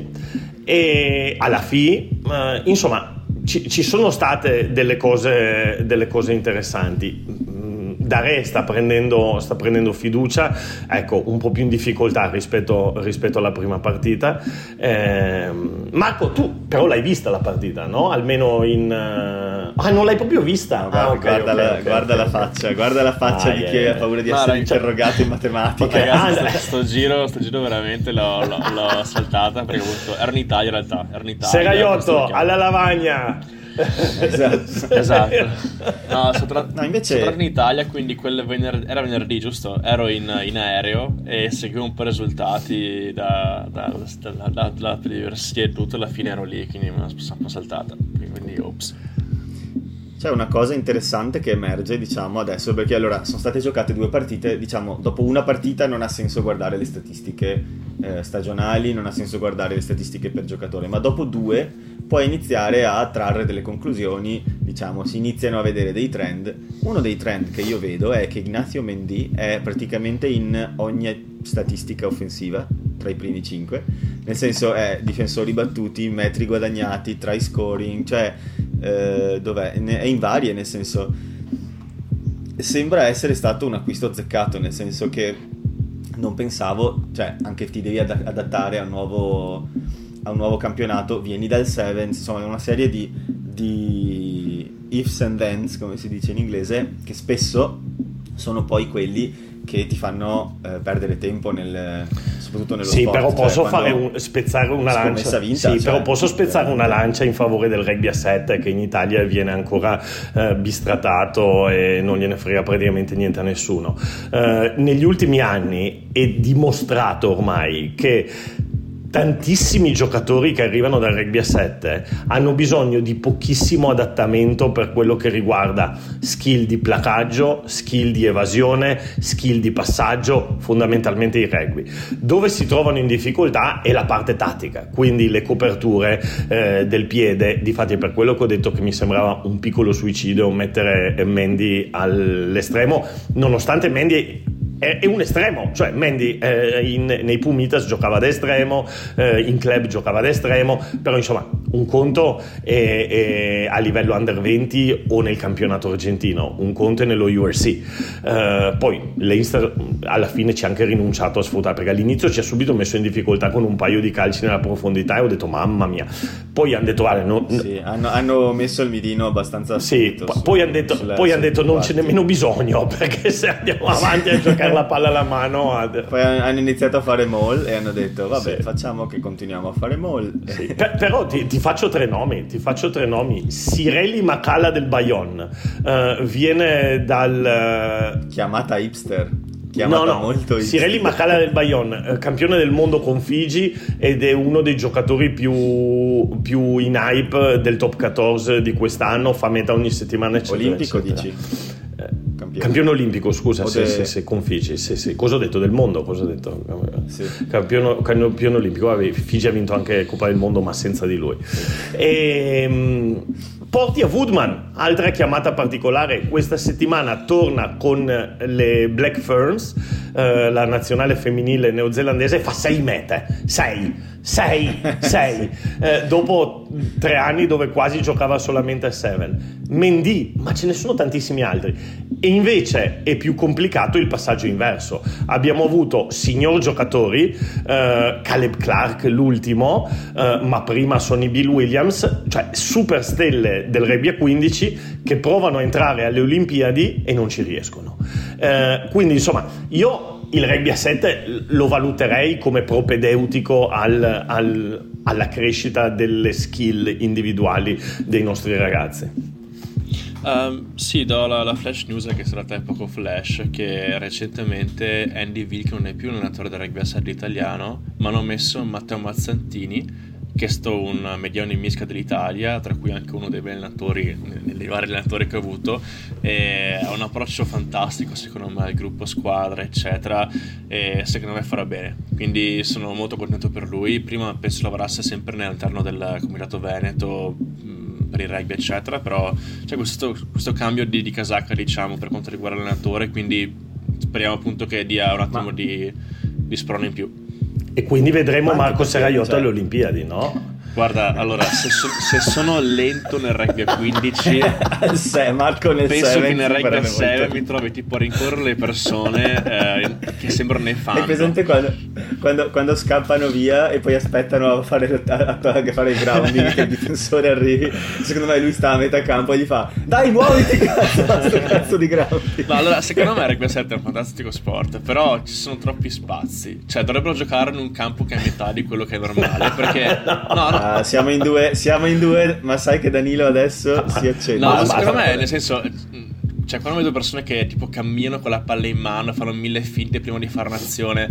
E alla fine uh, insomma ci, ci sono state delle cose delle cose interessanti. Dare sta prendendo, sta prendendo fiducia, ecco, un po' più in difficoltà rispetto, rispetto alla prima partita. Eh, Marco, tu però l'hai vista la partita, no? Almeno in... Ah, non l'hai proprio vista? No, guarda, ah, okay, guarda, okay, la, okay, guarda okay, la faccia, guarda la faccia ah, di yeah, chi yeah. ha paura di Ma essere ragazzi, interrogato in matematica. Ragazzi, sto, sto giro, sto giro veramente l'ho, l'ho, l'ho saltata perché appunto ero in Italia in realtà, ero in Italia. Seraiotto alla lavagna. Esatto, esatto. No, sono tra- no, invece sono tornato in Italia, quindi quel vener- era venerdì, giusto? Ero in, in aereo e seguivo un po' i risultati da, da, da, da, da, da università e tutto. Alla fine ero lì, quindi me la sono un po' saltata. Quindi, ops. C'è una cosa interessante che emerge, diciamo, adesso, perché allora sono state giocate due partite, diciamo, dopo una partita non ha senso guardare le statistiche eh, stagionali, non ha senso guardare le statistiche per giocatore, ma dopo due puoi iniziare a trarre delle conclusioni, diciamo, si iniziano a vedere dei trend. Uno dei trend che io vedo è che Ignacio Mendy è praticamente in ogni statistica offensiva tra i primi cinque, nel senso è difensori battuti, metri guadagnati, try scoring, cioè eh, dov'è? È in varie, nel senso sembra essere stato un acquisto azzeccato, nel senso che non pensavo, cioè anche ti devi ad- adattare a un nuovo a un nuovo campionato, vieni dal Sevens, insomma una serie di, di ifs and thens, come si dice in inglese, che spesso sono poi quelli che ti fanno eh, perdere tempo nel, soprattutto nello sì, sport. Però posso cioè, fare un, spezzare una lancia vinta, sì, cioè, però posso spezzare una lancia in favore del rugby a sette, che in Italia viene ancora eh, bistrattato e non gliene frega praticamente niente a nessuno. Eh, negli ultimi anni è dimostrato ormai che tantissimi giocatori che arrivano dal rugby a sette hanno bisogno di pochissimo adattamento per quello che riguarda skill di placaggio, skill di evasione, skill di passaggio, fondamentalmente il rugby. Dove si trovano in difficoltà è la parte tattica, quindi le coperture eh, del piede. Difatti è per quello che ho detto che mi sembrava un piccolo suicidio mettere Mendy all'estremo, nonostante Mendy è un estremo, cioè Mendy eh, in, nei Pumitas giocava da estremo, eh, in club giocava da estremo, però insomma un conto è, è a livello under venti o nel campionato argentino, un conto è nello U R C. Uh, poi Leinster alla fine ci ha anche rinunciato a sfruttare, perché all'inizio ci ha subito messo in difficoltà con un paio di calci nella profondità e ho detto mamma mia, poi hanno detto vale, no, sì, hanno, hanno messo il midino abbastanza sì, su, poi hanno detto, sulla, poi han detto non quarti. c'è nemmeno bisogno, perché se andiamo avanti a giocare la palla alla mano ad... poi hanno iniziato a fare maul e hanno detto vabbè sì. facciamo che continuiamo a fare maul, sì. per, però ti, ti faccio tre nomi ti faccio tre nomi Sireli Makala del Bayonne, uh, viene dal uh... chiamata hipster chiamata no, no. molto hipster. Sireli Makala del Bayonne, uh, campione del mondo con Figi ed è uno dei giocatori più, più in hype del top quattordici di quest'anno, fa meta ogni settimana eccetera, olimpico eccetera. Dici? Campione. Campione olimpico, scusa, de... se, se, se con Figi, sì, sì. Cosa ho detto del mondo? Cosa ho detto? Sì. Campione, campione olimpico. Vabbè, Figi ha vinto anche Coppa del Mondo, ma senza di lui. E, um, porti a Woodman, altra chiamata particolare. Questa settimana torna con le Black Ferns, eh, la nazionale femminile neozelandese, fa sei mete, sei. sei, sei eh, dopo tre anni dove quasi giocava solamente a seven. Mendy, ma ce ne sono tantissimi altri, e invece è più complicato il passaggio inverso. Abbiamo avuto signor giocatori, eh, Caleb Clark l'ultimo, eh, ma prima Sonny Bill Williams, cioè super stelle del rugby a quindici che provano a entrare alle Olimpiadi e non ci riescono. Eh, quindi insomma io il rugby a sette lo valuterei come propedeutico al, al, alla crescita delle skill individuali dei nostri ragazzi. Um, sì, do la, la flash news che sarà te poco flash, che recentemente Andy Will, che non è più un allenatore del rugby a sette italiano, ma hanno messo Matteo Mazzantini, che è stato un mediano in misca dell'Italia, tra cui anche uno dei bei allenatori, dei vari allenatori che ho avuto, e ha un approccio fantastico secondo me al gruppo squadra eccetera, e secondo me farà bene, quindi sono molto contento per lui. Prima penso lavorasse sempre all'interno del Comitato Veneto per il rugby eccetera, però c'è questo, questo cambio di, di casacca diciamo per quanto riguarda l'allenatore, quindi speriamo appunto che dia un attimo Ma... di, di sprone in più. E quindi vedremo Marco Serraiotto cioè... alle Olimpiadi, no? Guarda, allora, se, so, se sono lento nel rugby a quindici, se, Marco nel penso che nel rugby a sei mi trovi tipo a rincorrere le persone eh, che sembrano nei fan. Hai presente quando, quando, quando scappano via e poi aspettano a fare, a, a fare il grounding che il difensore arrivi? Secondo me lui sta a metà campo e gli fa dai muoviti cazzo, sto cazzo di grounding. No, allora, secondo me il rugby a sette è un fantastico sport, però ci sono troppi spazi, cioè dovrebbero giocare in un campo che è a metà di quello che è normale, perché no, no, Uh, siamo in due, siamo in due, ma sai che Danilo adesso si accende. No, ma, secondo ma, me, nel senso, cioè quando vedo persone che tipo camminano con la palla in mano, fanno mille finte prima di fare un'azione,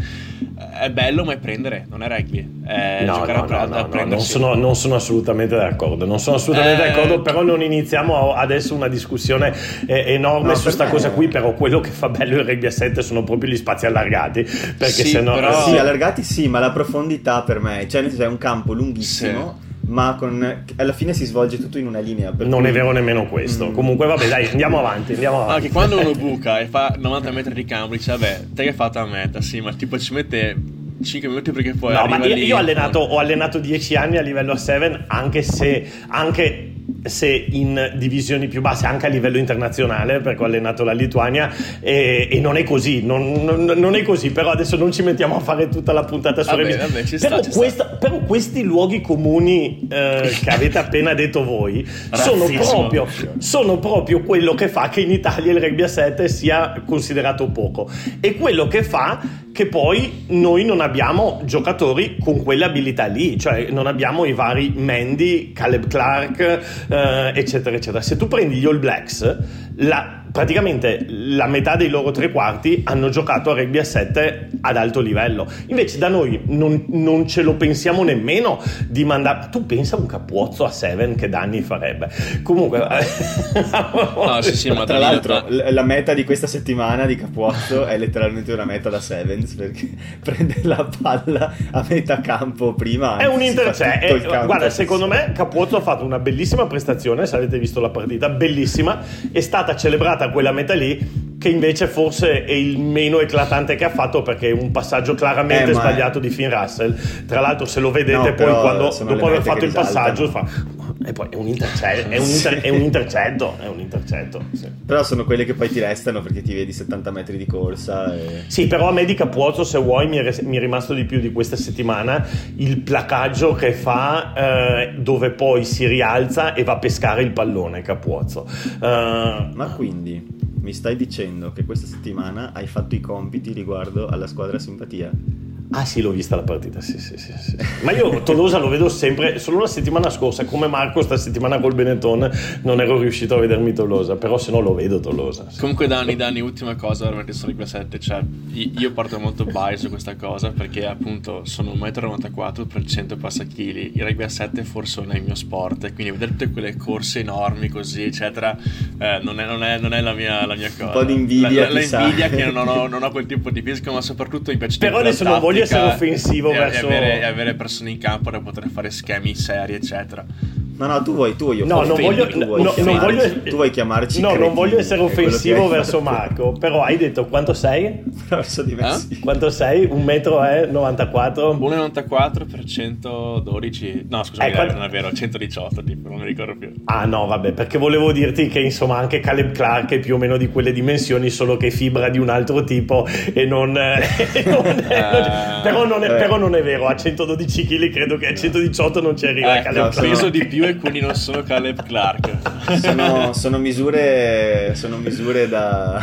è bello, ma è prendere, non è rugby. È no, giocare no, a prendere. No, no, non, sono, non sono assolutamente d'accordo. Non sono assolutamente eh... d'accordo, però non iniziamo adesso una discussione eh, enorme no, su questa me... cosa qui. Però quello che fa bello il rugby a sette sono proprio gli spazi allargati. Perché sì, se no. Però... Sì, allargati sì, ma la profondità per me, cioè nel senso è un campo lunghissimo. Sì. Ma con, alla fine si svolge tutto in una linea. Non cui... è vero nemmeno questo. Mm. Comunque, vabbè, dai, andiamo avanti. Andiamo avanti. No, che quando uno buca e fa novanta metri di campo, dice, vabbè, te che hai fatto a meta, sì, ma tipo ci mette cinque minuti perché poi. No, ma io, lì, io ho allenato, ho allenato dieci anni a livello a sette, anche se. Anche se in divisioni più basse, anche a livello internazionale, perché ho allenato la Lituania e, e non è così, non, non, non è così, però adesso non ci mettiamo a fare tutta la puntata su vabbè, vabbè, ci sta, però, ci questa, sta. però questi luoghi comuni eh, che avete appena detto voi sono proprio, sono proprio quello che fa che in Italia il rugby a sette sia considerato poco, e quello che fa che poi noi non abbiamo giocatori con quelle abilità lì, cioè non abbiamo i vari Mendy, Caleb Clark, eh, eccetera eccetera. Se tu prendi gli All Blacks, la, praticamente la metà dei loro tre quarti hanno giocato a rugby a sette ad alto livello. Invece da noi non, non ce lo pensiamo nemmeno di mandare. Tu pensa a un Capuozzo a sette che danni farebbe. Comunque no, sì, sì, ma tra l'altro la, la meta di questa settimana di Capuozzo è letteralmente una meta da sevens, perché prende la palla a metà campo prima, è un intercetto. Guarda, secondo possibile. me Capuozzo ha fatto una bellissima prestazione, se avete visto la partita, bellissima, è stata celebrata quella meta lì, che invece forse è il meno eclatante che ha fatto, perché è un passaggio claramente eh, sbagliato è... di Finn Russell. Tra l'altro, se lo vedete no, poi quando dopo aver fatto il risaltano. passaggio fa, e poi è un intercetto, è un, inter... è un intercetto, è un intercetto. Sì. Però sono quelle che poi ti restano perché ti vedi settanta metri di corsa. E... Sì, però a me di Capuozzo, se vuoi, mi è, res- mi è rimasto di più di questa settimana il placaggio che fa, eh, dove poi si rialza e va a pescare il pallone. Capuozzo. Uh... Ma quindi mi stai dicendo che questa settimana hai fatto i compiti riguardo alla squadra simpatia? Ah sì, l'ho vista la partita, sì, sì, sì, sì. Ma io Tolosa lo vedo sempre, solo la settimana scorsa, come Marco sta settimana col Benetton non ero riuscito a vedermi Tolosa, però se no lo vedo Tolosa. Sì. Comunque Dani, Dani, ultima cosa veramente su Rugby a sette, cioè io porto molto bias su questa cosa, perché appunto sono un metro e novantaquattro per cento passa chili, il Rugby a sette forse non è il mio sport, e quindi vedere tutte quelle corse enormi così eccetera, eh, non, è, non, è, non è la mia, la mia cosa. Un po' di invidia, la, la, la invidia sa. che non ho, non ho quel tipo di fisico, ma soprattutto mi piace. Però adesso non voglio essere offensivo e, verso e avere, e avere persone in campo da poter fare schemi seri eccetera. No, no, tu vuoi, tu vuoi no, non voglio, tu vuoi, no, non voglio, tu vuoi chiamarci no, cretini, non voglio essere offensivo verso fatto. Marco, però hai detto quanto sei? Verso di me, eh? sì. Quanto sei? Un metro è novantaquattro? uno virgola novantaquattro per centododici, no scusa, eh, quando... non è vero, centodiciotto tipo, non mi ricordo più. Ah no, vabbè, perché volevo dirti che insomma anche Caleb Clark è più o meno di quelle dimensioni, solo che fibra di un altro tipo e non, e non, è, uh, non però, non è, eh. però non è vero, a centododici chili credo che a centodiciotto non ci arriva. Eh, Caleb no, Clark. peso di più e quindi non sono Caleb Clark. Sono, sono misure sono misure da,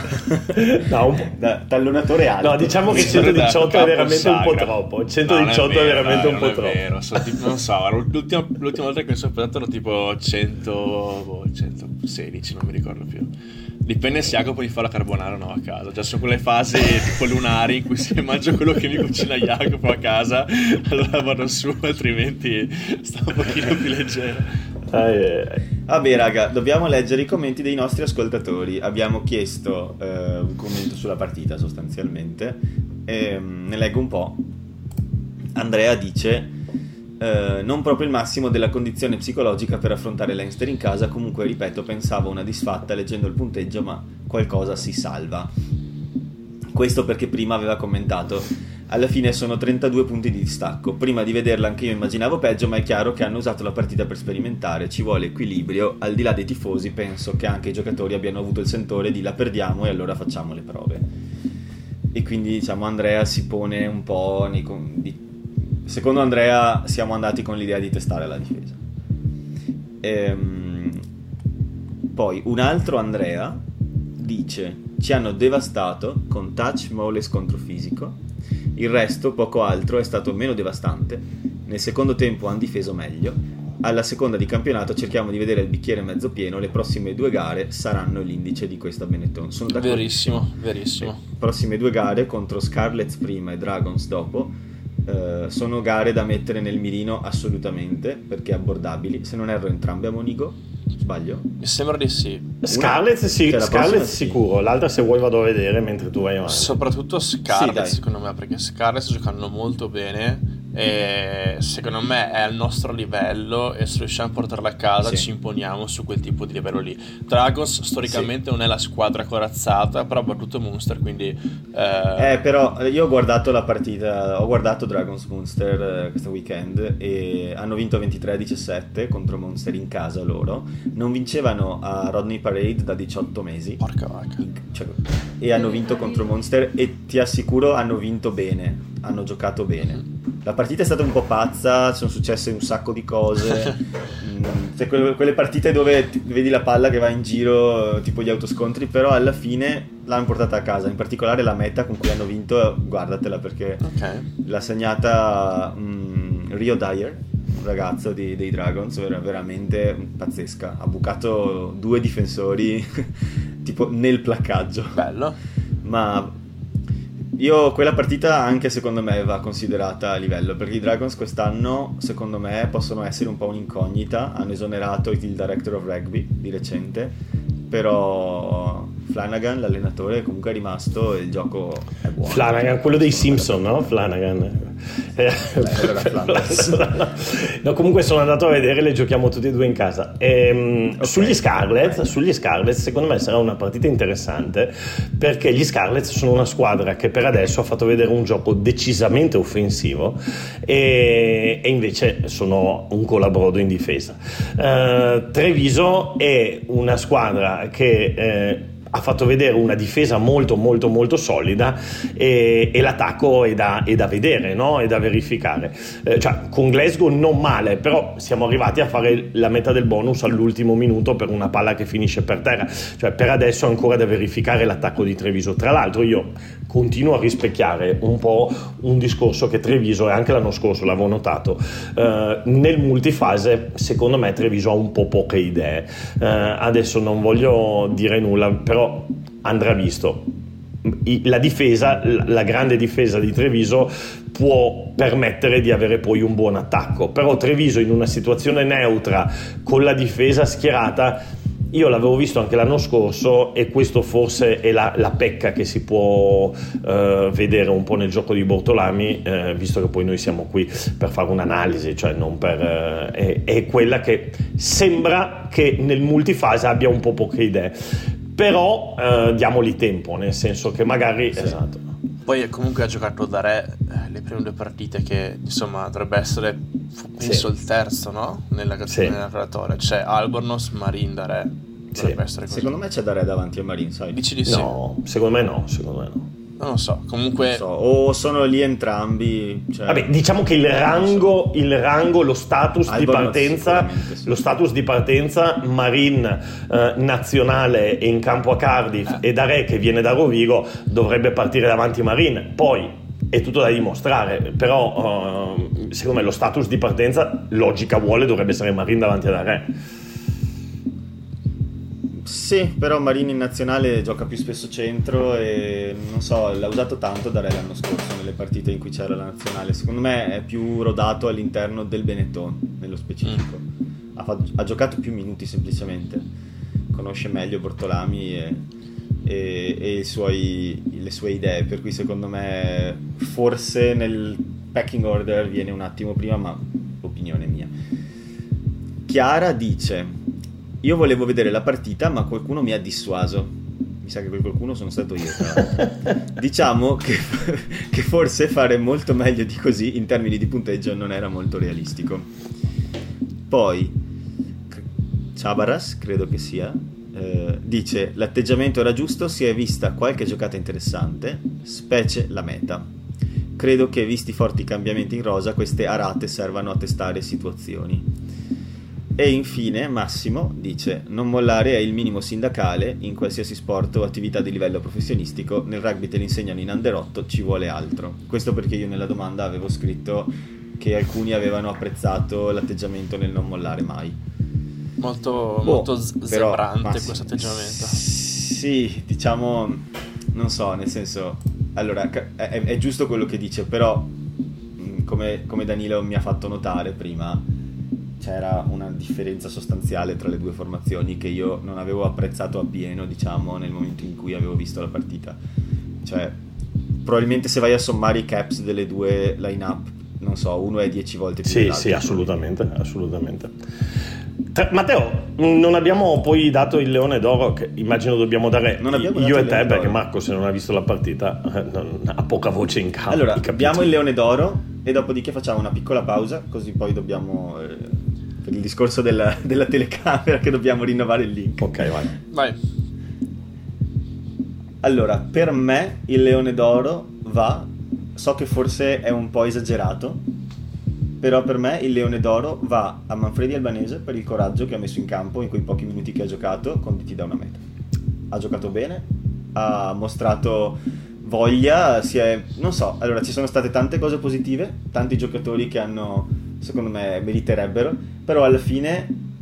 no, un... da tallonatore alto. No, diciamo che centodiciotto è veramente un po' troppo. centodiciotto no, è, vero, è veramente dai, un po' troppo. Vero. So, tipo, non so, l'ultima, l'ultima volta che mi sono pesato ero tipo cento, centosedici, non mi ricordo più. Dipende se Jacopo gli fa la carbonara o no a casa. Già sono quelle fasi tipo lunari in cui se mangio quello che mi cucina Jacopo a casa, allora vado su, altrimenti sta un pochino più leggero. Ah, yeah. Vabbè raga, dobbiamo leggere i commenti dei nostri ascoltatori. Abbiamo chiesto eh, un commento sulla partita sostanzialmente e um, ne leggo un po'. Andrea dice Uh, non proprio il massimo della condizione psicologica per affrontare Leinster in casa, comunque ripeto, pensavo una disfatta leggendo il punteggio, ma qualcosa si salva. Questo perché prima aveva commentato alla fine sono trentadue punti di distacco, prima di vederla anche io immaginavo peggio, ma è chiaro che hanno usato la partita per sperimentare, ci vuole equilibrio, al di là dei tifosi penso che anche i giocatori abbiano avuto il sentore di la perdiamo e allora facciamo le prove. E quindi diciamo Andrea si pone un po' nei con- di secondo Andrea siamo andati con l'idea di testare la difesa. Ehm, poi un altro Andrea dice ci hanno devastato con touch, mole e scontro fisico, il resto poco altro è stato meno devastante, nel secondo tempo hanno difeso meglio, alla seconda di campionato cerchiamo di vedere il bicchiere mezzo pieno, le prossime due gare saranno l'indice di questa Benetton. Sono d'accordo. Verissimo, verissimo. Le prossime due gare contro Scarlets prima e Dragons dopo Uh, sono gare da mettere nel mirino assolutamente, perché abbordabili, se non erro entrambe a Monigo, sbaglio? Mi sembra di sì. Scarlett sì, cioè, Scarlett sicuro, sì. L'altra se vuoi vado a vedere mentre tu vai avanti. Soprattutto Scarlett sì, secondo me, perché Scarlett sta giocando molto bene e secondo me è al nostro livello e se riusciamo a portarla a casa sì. ci imponiamo su quel tipo di livello lì. Dragons storicamente sì. non è la squadra corazzata, però ha battuto Munster, quindi eh... eh però io ho guardato la partita, ho guardato Dragons Munster eh, questo weekend e hanno vinto ventitré a diciassette contro Munster in casa loro, non vincevano a Rodney Parade da diciotto mesi. Porca vacca. Cioè, e hanno vinto contro Munster e ti assicuro hanno vinto bene, hanno giocato bene. La partita è stata un po' pazza, sono successe un sacco di cose. Cioè, quelle, quelle partite dove ti, vedi la palla che va in giro, tipo gli autoscontri, però alla fine l'hanno portata a casa. In particolare la meta con cui hanno vinto, guardatela perché okay. l'ha segnata um, Rio Dyer, un ragazzo di, dei Dragons, era veramente pazzesca. Ha bucato due difensori tipo nel placcaggio. Bello. Ma io quella partita anche secondo me va considerata a livello, perché i Dragons quest'anno secondo me possono essere un po' un'incognita. Hanno esonerato il director of rugby di recente, però Flanagan, l'allenatore, comunque è rimasto e il gioco è buono. Flanagan, quello dei Simpson, no? Flanagan. Beh, allora Flanagan. No, comunque sono andato a vedere, le giochiamo tutti e due in casa. E, okay. Sugli Scarlets, sugli Scarlets, secondo me sarà una partita interessante, perché gli Scarlets sono una squadra che per adesso ha fatto vedere un gioco decisamente offensivo e, e invece sono un colabrodo in difesa. Uh, Treviso è una squadra che eh, ha fatto vedere una difesa molto molto molto solida e, e l'attacco è da, è da vedere, no? È da verificare, eh, cioè con Glasgow non male, però siamo arrivati a fare la metà del bonus all'ultimo minuto per una palla che finisce per terra, cioè per adesso è ancora da verificare l'attacco di Treviso. Tra l'altro io continuo a rispecchiare un po' un discorso che Treviso, e anche l'anno scorso l'avevo notato, eh, nel multifase secondo me Treviso ha un po' poche idee, eh, adesso non voglio dire nulla, però andrà visto. La difesa, la grande difesa di Treviso può permettere di avere poi un buon attacco, però Treviso in una situazione neutra con la difesa schierata, io l'avevo visto anche l'anno scorso e questo forse è la, la pecca che si può uh, vedere un po' nel gioco di Bortolami, uh, visto che poi noi siamo qui per fare un'analisi, cioè non per uh, è, è quella che sembra che nel multifase abbia un po' poche idee, però uh, diamogli tempo, nel senso che magari sì. Esatto. Poi comunque ha giocato da re eh, le prime due partite, che insomma dovrebbe essere, penso, sì. il terzo, no? Nella, sì. nella graduatoria c'è Albornoz, Marin da re. Sì. Secondo me c'è da re davanti a Marin, sai? Dici di sì? No, secondo me no, secondo me no. Non lo so, comunque non so. O sono lì entrambi, cioè... Vabbè, diciamo che il rango, so. il rango, lo status Albornoz di partenza, sì. lo status di partenza, Marin eh, nazionale e in campo a Cardiff eh. e da re che viene da Rovigo, dovrebbe partire davanti Marin. Poi è tutto da dimostrare, però uh, secondo me lo status di partenza, logica vuole, dovrebbe essere Marin davanti a da re. Sì, però Marini in nazionale gioca più spesso centro e non so, l'ha usato tanto da re l'anno scorso nelle partite in cui c'era la nazionale. Secondo me è più rodato all'interno del Benetton nello specifico. Ha, fatto, ha giocato più minuti semplicemente, conosce meglio Bortolami e, e, e i suoi, le sue idee, per cui secondo me forse nel pecking order viene un attimo prima, ma opinione mia. Chiara dice: io volevo vedere la partita ma qualcuno mi ha dissuaso. Mi sa che quel qualcuno sono stato io, però. Diciamo che, che forse fare molto meglio di così in termini di punteggio non era molto realistico. Poi Chabaras, credo che sia, eh, dice: l'atteggiamento era giusto, si è vista qualche giocata interessante, specie la meta. Credo che visti forti cambiamenti in rosa queste arate servano a testare situazioni. E infine Massimo dice: non mollare è il minimo sindacale in qualsiasi sport o attività di livello professionistico. Nel rugby te l'insegnano in under otto, ci vuole altro. Questo perché io nella domanda avevo scritto che alcuni avevano apprezzato l'atteggiamento nel non mollare mai. Molto, boh, molto però, zebrante questo atteggiamento. Sì, diciamo, non so, nel senso, allora è, è giusto quello che dice, però come, come Danilo mi ha fatto notare prima, c'era una differenza sostanziale tra le due formazioni che io non avevo apprezzato appieno, diciamo, nel momento in cui avevo visto la partita. Cioè, probabilmente se vai a sommare i caps delle due line-up, non so, uno è dieci volte più sì, dell'altro. Sì, assolutamente, assolutamente. Tra, Matteo, non abbiamo poi dato il Leone d'Oro, che immagino dobbiamo dare non abbiamo io dato e te, perché d'oro. Marco, se non ha visto la partita, non, ha poca voce in campo. Allora, abbiamo il Leone d'Oro e dopodiché facciamo una piccola pausa, così poi dobbiamo... Eh, per il discorso della, della telecamera che dobbiamo rinnovare il link. Ok, vai. Vai. Allora, per me il Leone d'Oro va, so che forse è un po' esagerato, però per me il Leone d'Oro va a Manfredi Albanese per il coraggio che ha messo in campo in quei pochi minuti che ha giocato, conditi da una meta. Ha giocato bene, ha mostrato voglia, si è, non so, allora ci sono state tante cose positive, tanti giocatori che hanno, secondo me, meriterebbero, però alla fine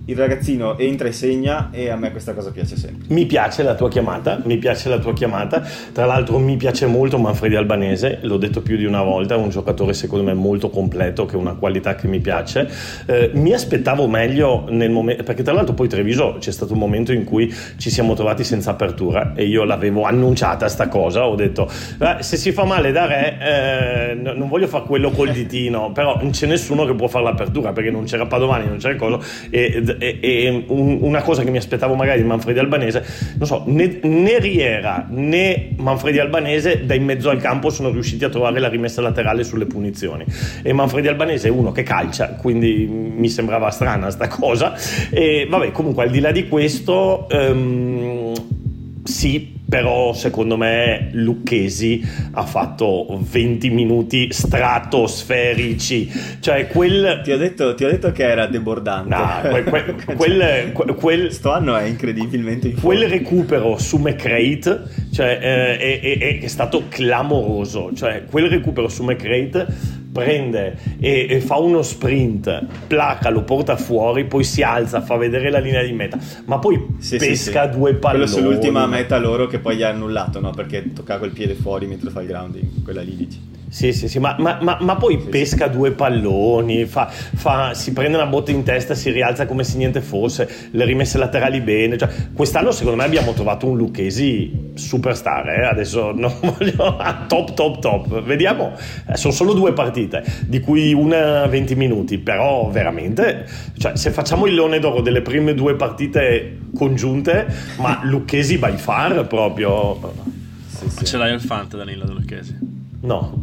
il ragazzino entra e segna, e a me questa cosa piace sempre. Mi piace la tua chiamata, mi piace la tua chiamata. Tra l'altro mi piace molto Manfredi Albanese, l'ho detto più di una volta, è un giocatore secondo me molto completo, che è una qualità che mi piace. Eh, mi aspettavo meglio nel momento, perché tra l'altro poi Treviso c'è stato un momento in cui ci siamo trovati senza apertura e io l'avevo annunciata sta cosa, ho detto eh, se si fa male da re eh, n- non voglio fare quello col ditino, però non c'è nessuno che può fare l'apertura perché non c'era Padovani, non c'era cosa, e E, e un, una cosa che mi aspettavo magari di Manfredi Albanese, non so, né, né Riera né Manfredi Albanese da in mezzo al campo sono riusciti a trovare la rimessa laterale sulle punizioni, e Manfredi Albanese è uno che calcia, quindi mi sembrava strana sta cosa. E vabbè, comunque al di là di questo um, sì, però secondo me Lucchesi ha fatto venti minuti stratosferici, cioè quel ti ho detto, ti ho detto che era debordante. No, quel, quel, quel, quel, quel sto anno è incredibilmente in quel recupero su McCrate, cioè eh, è, è, è stato clamoroso, cioè quel recupero su McCrate prende e, e fa uno sprint, placa, lo porta fuori, poi si alza, fa vedere la linea di meta, ma poi sì, pesca sì, sì. due palloni. Quello sull'ultima meta loro che poi gli ha annullato, no? Perché toccava col piede fuori mentre fa il grounding, quella lì dici. Sì, sì, sì, ma, ma, ma, ma poi sì, pesca sì. due palloni, fa, fa, si prende una botta in testa, si rialza come se niente fosse, le rimesse laterali bene. Cioè, quest'anno secondo me abbiamo trovato un Lucchesi superstar, eh? Adesso non voglio top top top, vediamo, eh, sono solo due partite, di cui una venti minuti, però veramente, cioè, se facciamo il Leone d'Oro delle prime due partite congiunte, ma Lucchesi by far proprio. Sì, sì. Ce l'hai al Fanta, Danilo, Lucchesi? No,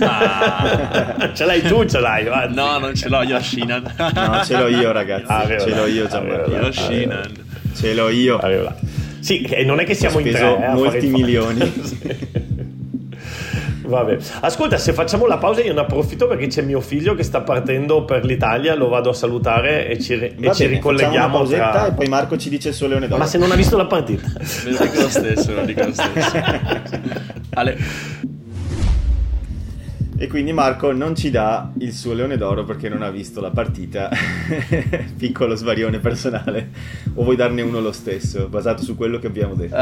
ah. ce l'hai tu, ce l'hai. Va. No, non ce l'ho io a Shinan. No, ce l'ho io, ragazzi. Ah, ce l'ho io, Gianmarco. Io Shinan. Ce l'ho io. Arriva. Sì, e non è che siamo Ho in speso tre, eh, molti milioni. Vabbè. Ascolta, se facciamo la pausa io ne approfitto perché c'è mio figlio che sta partendo per l'Italia, lo vado a salutare e ci, e bene, ci ricolleghiamo una tra... e poi Marco ci dice il suo Leone d'Oro. Ma se non ha visto la partita? Me lo dico lo stesso, me lo dico lo stesso. Ale. E quindi Marco non ci dà il suo Leone d'Oro perché non ha visto la partita. Piccolo svarione personale. O vuoi darne uno lo stesso, basato su quello che abbiamo detto?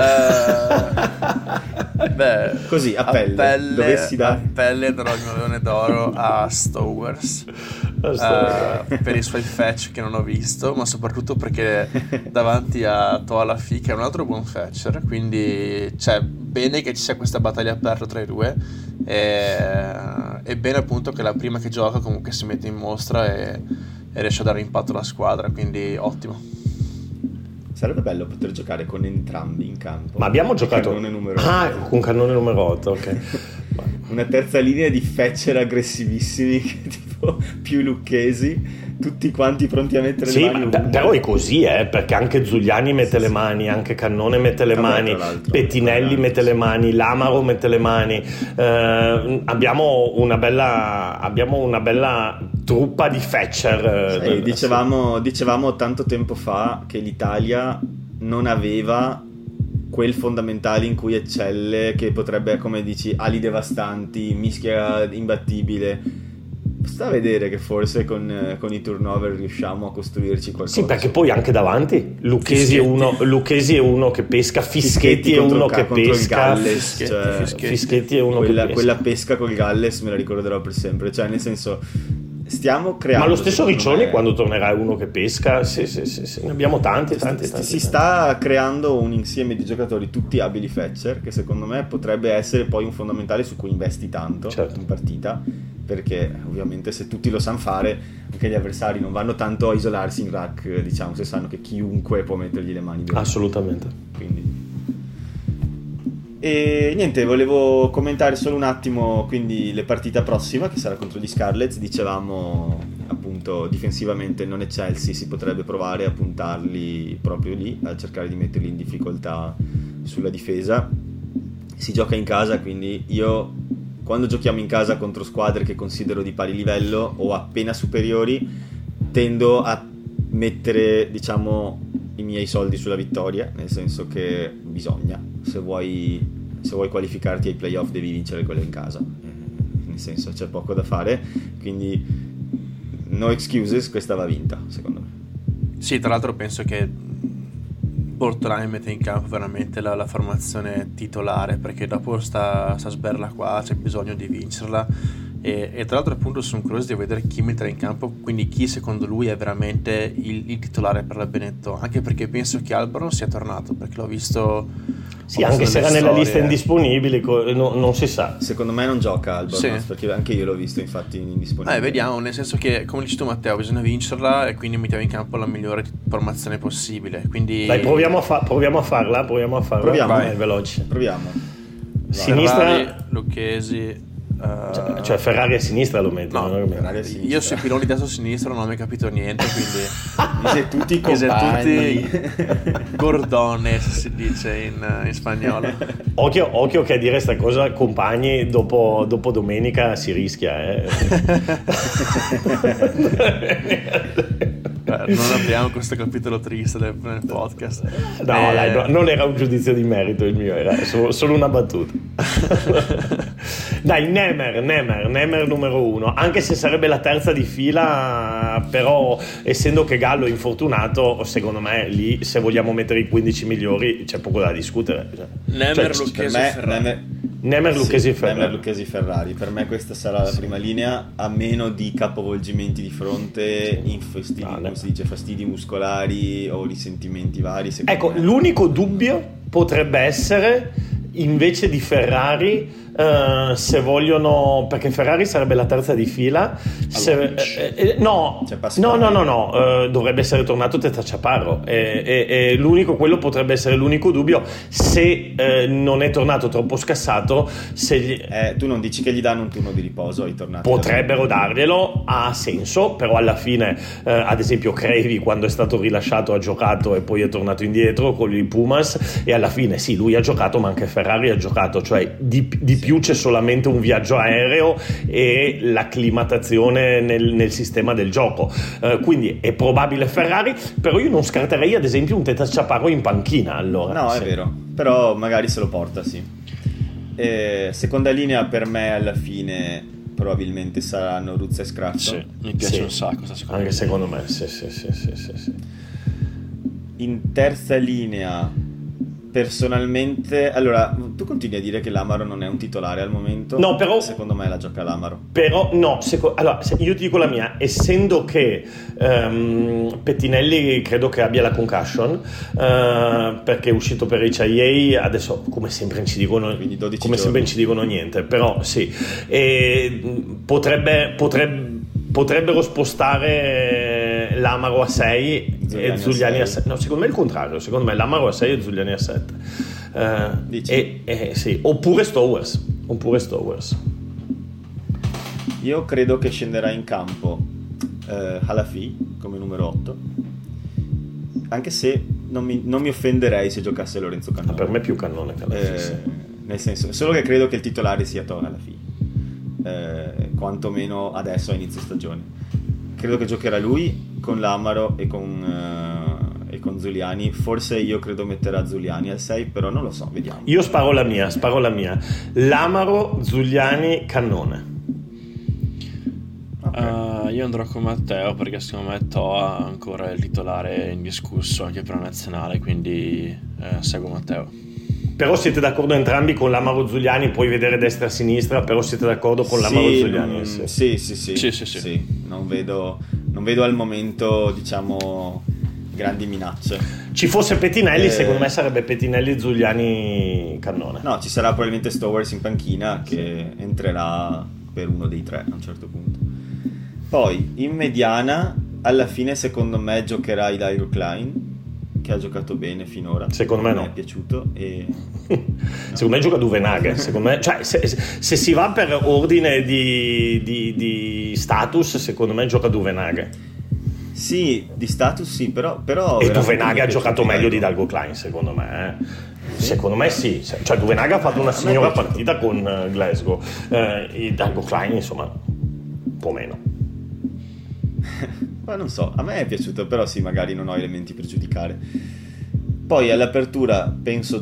Uh, beh, così, a pelle, a pelle, dovessi dare... a pelle darò il mio Leone d'Oro a Stowers. Uh, per i suoi fetch che non ho visto, ma soprattutto perché davanti a Toala Fi, che è un altro buon fetcher, quindi c'è bene che ci sia questa battaglia aperta tra i due, e, e bene appunto che la prima che gioca comunque si mette in mostra e, e riesce a dare impatto alla squadra, quindi ottimo. Sarebbe bello poter giocare con entrambi in campo. Ma abbiamo giocato cannone numero ah, con cannone numero otto, ok. Una terza linea di fetcher aggressivissimi, tipo più Lucchesi, tutti quanti pronti a mettere sì, le mani. Ma, però è così, eh, perché anche Zuliani mette sì, le mani, anche Cannone mette le Vabbè, mani, Pettinelli mette le mani, Lamaro mette le mani. Eh, abbiamo una bella abbiamo una bella truppa di fetcher. Sì, eh, dicevamo, dicevamo tanto tempo fa che l'Italia non aveva quel fondamentale in cui eccelle, che potrebbe, come dici, ali devastanti, mischia imbattibile. Sta a vedere che forse con, con i turnover riusciamo a costruirci qualcosa. Sì, perché poi anche davanti Lucchesi è uno, Lucchesi è uno che pesca, Fischetti, Fischetti è uno che pesca, Galles, Fischetti, cioè, Fischetti. Fischetti è uno quella, che pesca. Quella pesca col Galles me la ricorderò per sempre, cioè nel senso stiamo creando. Ma lo stesso Riccioni me, quando tornerà è uno che pesca, sì, sì, sì, sì. Ne abbiamo tanti, tanti, tanti. Si tanti. sta creando un insieme di giocatori tutti abili fetcher che secondo me potrebbe essere poi un fondamentale su cui investi tanto, certo, in partita, perché ovviamente se tutti lo sanno fare anche gli avversari non vanno tanto a isolarsi in rack, diciamo, se sanno che chiunque può mettergli le mani dentro. Assolutamente. Quindi e niente, volevo commentare solo un attimo quindi le partite prossima, che sarà contro gli Scarlets. Dicevamo appunto difensivamente non è Chelsea, si potrebbe provare a puntarli proprio lì, a cercare di metterli in difficoltà sulla difesa. Si gioca in casa, quindi io quando giochiamo in casa contro squadre che considero di pari livello o appena superiori tendo a mettere, diciamo, i miei soldi sulla vittoria, nel senso che bisogna, se vuoi, se vuoi qualificarti ai playoff devi vincere quello in casa, nel senso c'è poco da fare, quindi no excuses, questa va vinta secondo me. Sì, tra l'altro penso che Bortolami mette in campo veramente la, la formazione titolare, perché dopo sta, sta sberla qua, c'è bisogno di vincerla. E, e tra l'altro appunto sono curioso di vedere chi metterà in campo, quindi chi secondo lui è veramente il, il titolare per la Benetton, anche perché penso che Alboron sia tornato, perché l'ho visto, sì, anche se era storie. Nella lista indisponibili, no, non si sa. Secondo me non gioca Alboron, sì. perché anche io l'ho visto infatti indisponibile. Eh, vediamo, nel senso che, come dici tu Matteo, bisogna vincerla e quindi mettiamo in campo la migliore formazione possibile, quindi... Dai, proviamo a, fa- proviamo a farla, proviamo a farla. Proviamo, vai, veloce. Proviamo. Sinistra... Ferrari, Lucchesi... Uh, cioè, cioè Ferrari a sinistra lo metti, no, non Ferrari a sinistra. Io sui piloni destra-sinistra non ho mai capito niente, quindi siete tutti compagni. tutti gordones si dice in, in spagnolo. Occhio, occhio che a dire sta cosa compagni dopo, dopo domenica si rischia, eh. Non abbiamo questo capitolo triste del, del podcast. No, eh... dai, no, non era un giudizio di merito il mio, era solo, solo una battuta. Dai, Nemer, Nemer, Nemer numero uno, anche se sarebbe la terza di fila, però essendo che Gallo è infortunato, secondo me lì se vogliamo mettere i quindici migliori c'è poco da discutere. Nemer, cioè, Lucchesi, me, Ferrari. Nemer, Nemer, Lucchesi, sì, Ferrari. Nemer, Lucchesi, Ferrari. Per me questa sarà la sì. prima linea, a meno di capovolgimenti di fronte, infastidi, no, come si dice, fastidi muscolari o risentimenti vari. Ecco, me. l'unico dubbio potrebbe essere invece di Ferrari, Uh, se vogliono, perché Ferrari sarebbe la terza di fila, se, eh, eh, no, no, no, no, no, uh, dovrebbe essere tornato Teta Chaparro, e, e, e l'unico, quello potrebbe essere l'unico dubbio, se eh, non è tornato troppo scassato, se gli... eh, tu non dici che gli danno un turno di riposo ai tornati? Potrebbero darglielo, ha senso, però alla fine eh, ad esempio Crevi quando è stato rilasciato ha giocato e poi è tornato indietro con i Pumas, e alla fine sì, lui ha giocato ma anche Ferrari ha giocato, cioè di, di più c'è solamente un viaggio aereo e l'acclimatazione nel, nel sistema del gioco, uh, quindi è probabile Ferrari, però io non scarterei ad esempio un Teta Chaparro in panchina, allora. No, sì. è vero, però magari se lo porta, sì. E seconda linea per me alla fine probabilmente saranno Ruzza e Scratch. Sì, mi piace sì. un sacco sta seconda anche linea. secondo me sì, sì, sì, sì, sì, sì. In terza linea personalmente, allora tu continui a dire che l'Amaro non è un titolare al momento. No, però secondo me la gioca l'Amaro. Però no, seco- allora io ti dico la mia, essendo che um, Pettinelli credo che abbia la concussion, uh, perché è uscito per H I A, adesso come sempre non ci dicono, come giorni. sempre non ci dicono niente, però sì, e potrebbe, potrebbe potrebbero spostare l'Amaro a sei e Zuliani a sette. No, secondo me è il contrario, secondo me l'Amaro a sei e Zuliani a sette. Uh, e, e, sì. Oppure Stowers, oppure Stowers. Io credo che scenderà in campo eh, Halafi come numero otto, anche se non mi, non mi offenderei se giocasse Lorenzo Cannone. Ah, per me è più Cannone che Halafi, eh, sì. Nel senso, solo che credo che il titolare sia Toa Halafi, eh, quantomeno adesso a inizio stagione. Credo che giocherà lui con l'Amaro e con, uh, e con Zuliani. Forse io credo metterà Zuliani al sei, però non lo so, vediamo. Io sparo la mia, sparo la mia. L'Amaro, Zuliani, Cannone. Okay. Uh, io andrò con Matteo perché secondo me Toa ha ancora il titolare indiscusso anche per la nazionale, quindi eh, seguo Matteo. Però siete d'accordo entrambi con l'Amaro Zuliani, puoi vedere destra e sinistra, però siete d'accordo con l'Amaro sì, Zuliani? Mm, sì. Sì, sì, sì, sì, sì, sì. sì. Non vedo, non vedo al momento, diciamo, grandi minacce. Ci fosse Pettinelli, eh... secondo me sarebbe Pettinelli, Zuliani, Cannone. No, ci sarà probabilmente Stowers in panchina che sì. entrerà per uno dei tre a un certo punto. Poi in mediana alla fine secondo me giocherà Idairo Klein, che ha giocato bene finora. Secondo me no. Mi è piaciuto e secondo me gioca Duvenaghe. Secondo me, cioè, se, se si va per ordine di, di, di status, secondo me gioca Duvenaghe. Sì, di status sì, però, però e Duvenaghe ha giocato meglio di Idairo Klein, secondo me. Eh. Sì. Secondo me sì, cioè Duvenaghe ha fatto una signora partita con Glasgow. Eh, Idairo Klein, insomma, un po' meno. Ma non so, a me è piaciuto, però sì, magari non ho elementi per giudicare. Poi all'apertura penso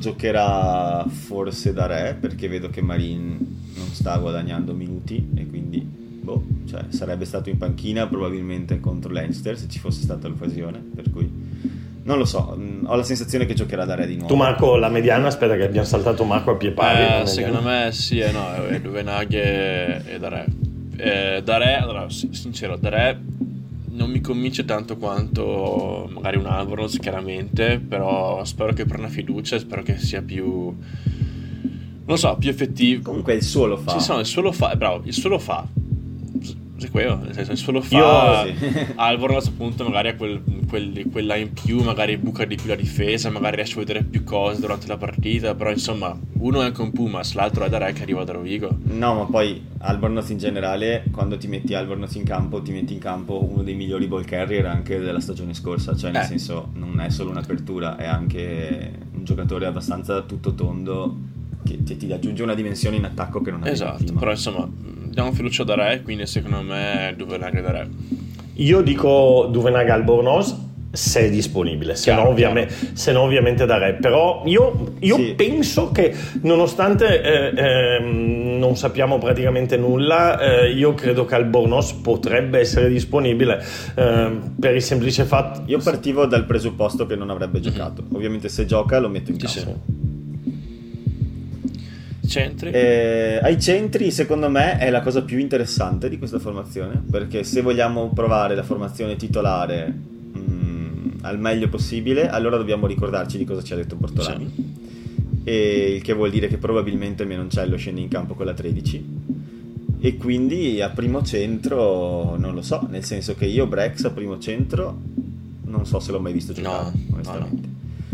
giocherà forse da re, perché vedo che Marin non sta guadagnando minuti e quindi boh, cioè, sarebbe stato in panchina probabilmente contro Leinster se ci fosse stata l'occasione, per cui non lo so, mh, ho la sensazione che giocherà da re di nuovo. Tu Marco, la mediana, aspetta che abbiamo saltato Marco a pie pari. Eh, secondo me sì e no, è Duvenag e, e da re. Eh, da re, allora, sincero, da re non mi convince tanto quanto magari un Albornoz, chiaramente, però spero che prenda fiducia, spero che sia più, non so, più effettivo. Comunque il suo lo fa. Sì, sì, no, il suo lo fa, bravo, il suo lo fa. È quello, nel senso, il suo lo fa. Io, sì. Albornoz appunto magari ha quel, quel, quella in più, magari buca di più la difesa, magari riesce a vedere più cose durante la partita, però insomma, uno è anche un Pumas, l'altro è da re che arriva da Rovigo. No, ma poi Albornoz in generale, quando ti metti Albornoz in campo, ti metti in campo uno dei migliori ball carrier anche della stagione scorsa, cioè nel eh. senso non è solo un'apertura, è anche un giocatore abbastanza tutto tondo che ti, ti aggiunge una dimensione in attacco che non aveva Esatto, prima. però insomma diamo fiducia da re, quindi secondo me Duvenag da re. io dico Duvenag Albornoz se è disponibile, se, Chiaro, no, ovviamente, se no ovviamente da re, però io, io Sì. penso che nonostante eh, eh, non sappiamo praticamente nulla, eh, io credo che Albornoz potrebbe essere disponibile eh, per il semplice fatto. Io partivo dal presupposto che non avrebbe giocato, ovviamente se gioca lo metto in Sì, campo. sì. Centri? Eh, ai centri secondo me è la cosa più interessante di questa formazione, perché se vogliamo provare la formazione titolare mh, al meglio possibile, allora dobbiamo ricordarci di cosa ci ha detto Bortolami, Sì. e il che vuol dire che probabilmente Menoncello scende in campo con la tredici, e quindi a primo centro non lo so, nel senso che io Brex a primo centro non so se l'ho mai visto giocare, No, onestamente. no, no.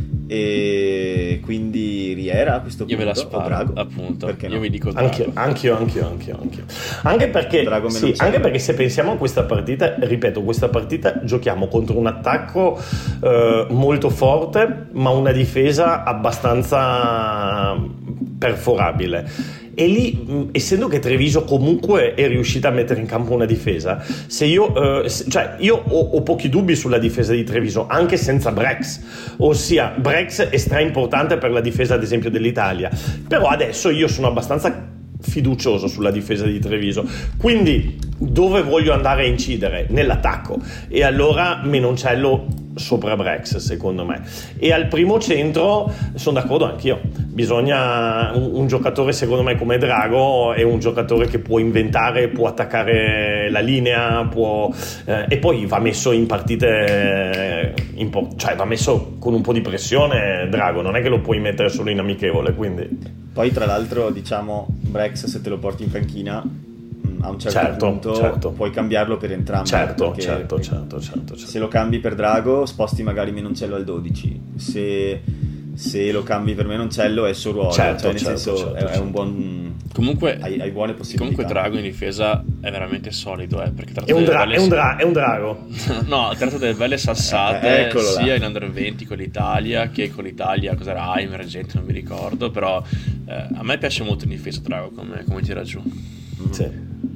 E quindi Riera a questo punto, Io ve la o sparo, Drago, appunto. perché no? Io vi dico Drago. Anch'io, anch'io, anch'io, anch'io, anch'io. Anche perché, Drago sì, Menoncello. anche perché se pensiamo a questa partita, ripeto, questa partita giochiamo contro un attacco eh, molto forte, ma una difesa abbastanza perforabile. E lì, essendo che Treviso comunque è riuscita a mettere in campo una difesa, se io, eh, se, cioè io ho, ho pochi dubbi sulla difesa di Treviso, anche senza Brex, ossia Brex è stra importante per la difesa ad esempio dell'Italia, però adesso io sono abbastanza fiducioso sulla difesa di Treviso, quindi dove voglio andare a incidere? Nell'attacco, e allora Menoncello sopra Brex secondo me, e al primo centro sono d'accordo anch'io, bisogna un, un giocatore secondo me come Drago, è un giocatore che può inventare, può attaccare la linea, può eh, e poi va messo in partite eh, in po- cioè va messo con un po' di pressione Drago, non è che lo puoi mettere solo in amichevole, quindi Poi tra l'altro diciamo Brex se te lo porti in panchina mh, a un certo, Certo, punto certo. puoi cambiarlo per entrambi, certo perché certo certo certo, certo. se lo cambi per Drago sposti magari Menoncello al dodici, se, se lo cambi per Menoncello è il suo ruolo, Certo, cioè nel certo, senso certo, è, è certo. un buon Comunque, hai, hai buone possibilità. comunque Drago in difesa è veramente solido, eh, perché tratta È un, delle dra- belle- è, un dra- è un drago. no, tratta delle belle sassate Eh, eccolo là. sia in under venti con l'Italia che con l'Italia, cos'era, A, emergente, non mi ricordo, però eh, a me piace molto in difesa Drago come, come tira giù. Sì.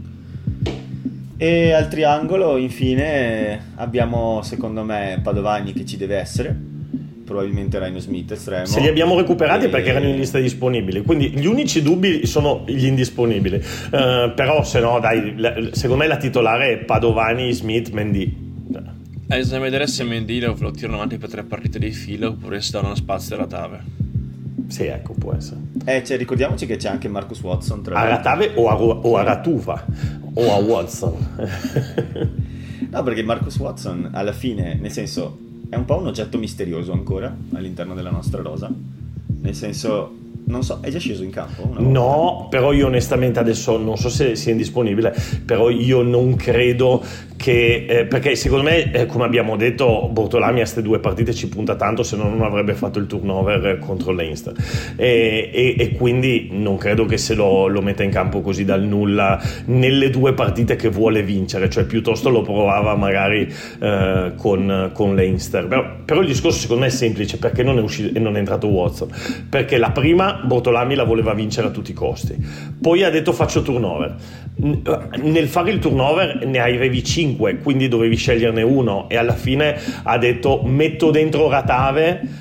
E al triangolo infine abbiamo secondo me Padovani che ci deve essere, probabilmente Rhino Smith estremo. Se li abbiamo recuperati E- perché erano in lista disponibili, quindi gli unici dubbi sono gli indisponibili. Eh, però se no dai, la- secondo me la titolare è Padovani, Smith, Mendy. È da vedere se Mendy lo, lo tirano avanti per tre partite di fila oppure se danno spazio alla Tave. Sì, ecco, può essere. Eh, cioè, ricordiamoci che c'è anche Marcus Watson tra A Ratave o a, Ru- o a Ratufa o a Watson. No, perché Marcus Watson alla fine, nel senso, è un po' un oggetto misterioso ancora all'interno della nostra rosa. Nel senso, non so, è già sceso in campo? Una volta? No, però io onestamente adesso non so se sia indisponibile, però io non credo che eh, perché secondo me eh, come abbiamo detto Bortolami a queste due partite ci punta tanto, se no non avrebbe fatto il turnover contro l'Einster e, e, e quindi non credo che se lo, lo metta in campo così dal nulla nelle due partite che vuole vincere, cioè piuttosto lo provava magari eh, con, con l'Einster, però, però il discorso secondo me è semplice, perché non è, uscito, non è entrato Watson, perché la prima Bortolami la voleva vincere a tutti i costi, poi ha detto faccio turnover. Nel fare il turnover ne avevi cinque, quindi dovevi sceglierne uno, e alla fine ha detto metto dentro Ratave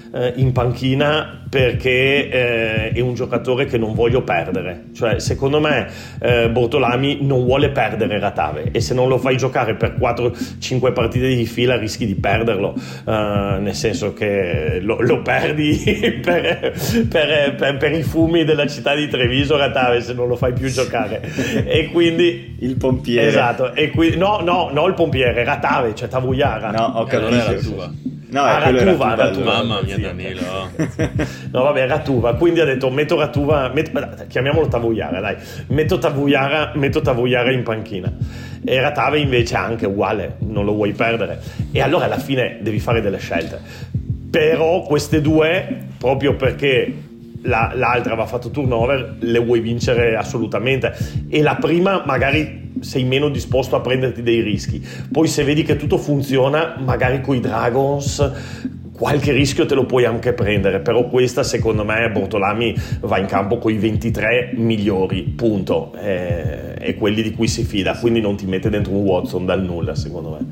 eh, in panchina perché eh, è un giocatore che non voglio perdere. Cioè, secondo me eh, Bortolami non vuole perdere Ratave, e se non lo fai giocare per quattro cinque partite di fila rischi di perderlo, eh, nel senso che lo, lo perdi per, per, per, per i fumi della città di Treviso, Ratave, se non lo fai più giocare. E quindi il pompiere, esatto, e qui, no no no il pompiere, Ratave, cioè Tavuiara. No, ho capito. Allora era tua. No, ah, è quello Ratuva, era Ratuva, mamma mia, sì, Danilo. no vabbè, Ratuva, quindi ha detto metto Ratuva, metto, chiamiamolo Tavuiara, dai, metto Tavuiara, metto Tavuiara in panchina, e Ratave invece anche uguale, non lo vuoi perdere, e allora alla fine devi fare delle scelte. Però queste due, proprio perché la, l'altra va fatto turnover, le vuoi vincere assolutamente, e la prima magari sei meno disposto a prenderti dei rischi, poi se vedi che tutto funziona magari coi Dragons qualche rischio te lo puoi anche prendere, però questa secondo me Bortolami va in campo coi ventitré migliori, punto, e, e quelli di cui si fida, quindi non ti mette dentro un Watson dal nulla, secondo me.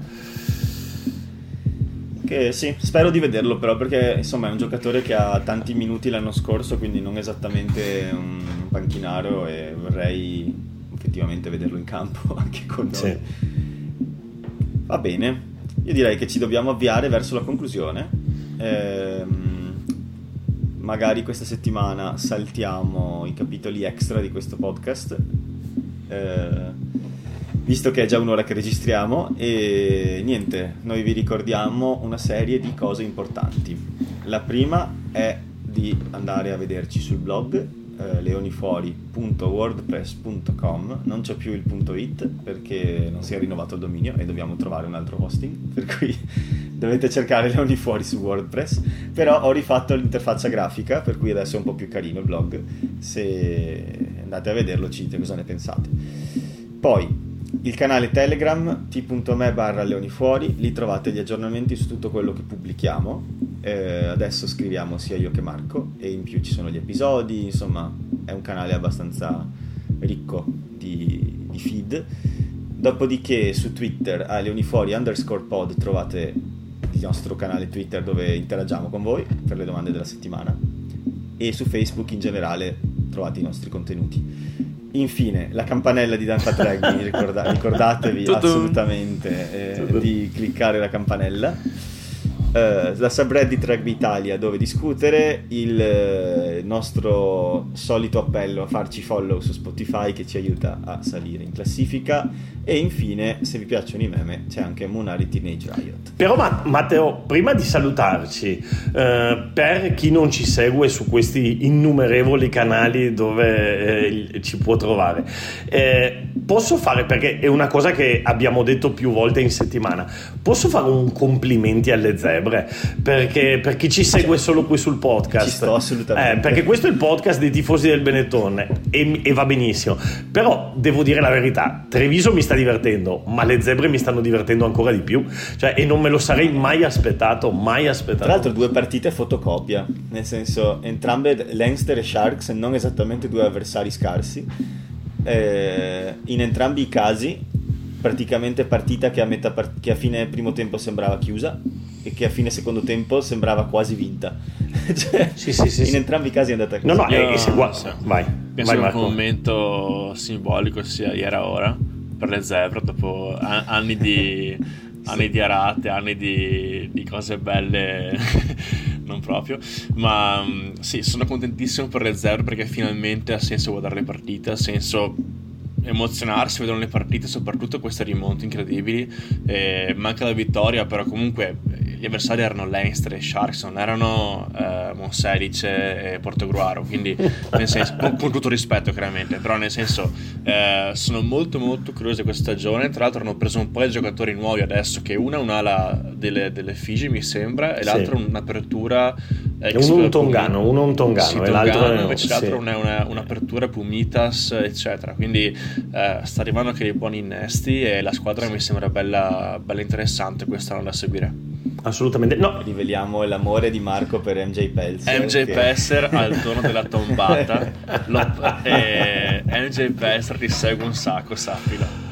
Che sì, spero di vederlo però, perché insomma è un giocatore che ha tanti minuti l'anno scorso, quindi non esattamente un panchinaro, e vorrei effettivamente vederlo in campo anche con noi. Sì. Va bene, io direi che ci dobbiamo avviare verso la conclusione. Ehm, magari questa settimana saltiamo i capitoli extra di questo podcast, eh, visto che è già un'ora che registriamo, e niente, noi vi ricordiamo una serie di cose importanti. La prima è di andare a vederci sul blog eh, leonifuori punto wordpress punto com. Non c'è più il .it perché non si è rinnovato il dominio e dobbiamo trovare un altro hosting, per cui dovete cercare Leonifuori su WordPress. Però ho rifatto l'interfaccia grafica, per cui adesso è un po' più carino il blog. Se andate a vederlo ci dite cosa ne pensate. Poi il canale Telegram t.me barra leonifuori, lì trovate gli aggiornamenti su tutto quello che pubblichiamo. Eh, adesso scriviamo sia io che Marco, e in più ci sono gli episodi, insomma è un canale abbastanza ricco di, di feed. Dopodiché su Twitter a leonifuori underscore pod trovate il nostro canale Twitter dove interagiamo con voi per le domande della settimana, e su Facebook in generale trovate i nostri contenuti. Infine, la campanella di Danfat Rugby, ricorda- ricordatevi assolutamente eh, di cliccare la campanella. Uh, la subreddit Rugby Italia, dove discutere, il eh, nostro solito appello a farci follow su Spotify, che ci aiuta a salire in classifica, e infine, se vi piacciono i meme, c'è anche Munari Teenage Riot. Però ma- Matteo, prima di salutarci, eh, per chi non ci segue su questi innumerevoli canali dove eh, ci può trovare, eh, posso fare, perché è una cosa che abbiamo detto più volte in settimana, posso fare un complimenti alle zebre? Perché per chi ci segue solo qui sul podcast, ci sto assolutamente, eh, perché questo è il podcast dei tifosi del Benetton, e, e va benissimo, però devo dire la verità, Treviso mi sta divertendo, ma le zebre mi stanno divertendo ancora di più, cioè, e non me lo sarei mai aspettato, mai aspettato. Tra l'altro due partite fotocopia, nel senso entrambe Leinster e Sharks, non esattamente due avversari scarsi, eh, in entrambi i casi praticamente partita che a, metà part- che a fine primo tempo sembrava chiusa e che a fine secondo tempo sembrava quasi vinta. Cioè, sì, sì, sì, in sì. entrambi i casi è andata così. No, no, Io, eh, se gua- sì. vai. Penso vai, che Marco. un momento simbolico sia ieri a ora per le zebre, dopo a- anni di anni di arate, anni di, di cose belle non proprio, ma sì, sono contentissimo per le zebre, perché finalmente ha senso guardare le partite, ha senso emozionarsi, vedono le partite, soprattutto queste rimonte incredibili. Eh, manca la vittoria, però comunque gli avversari erano Leinster e Sharks, non erano eh, Monselice e Portogruaro, quindi nel senso, con, con tutto rispetto chiaramente, però nel senso eh, sono molto molto curioso di questa stagione. Tra l'altro hanno preso un po' di giocatori nuovi adesso, che una un'ala delle, delle Figi mi sembra, e l'altra sì. un'apertura È uno un tongano, uno un tongano, sì, e l'altro tongano, è, invece l'altro sì. è una, un'apertura Pumitas, eccetera. Quindi eh, sta arrivando anche dei buoni innesti, e la squadra sì. mi sembra bella, bella interessante quest'anno da seguire. Assolutamente. No. Riveliamo l'amore di Marco per M J Pelser. M J che... Pelser al tono della tombata. Lo, e M J Pelser ti segue un sacco, sappilo.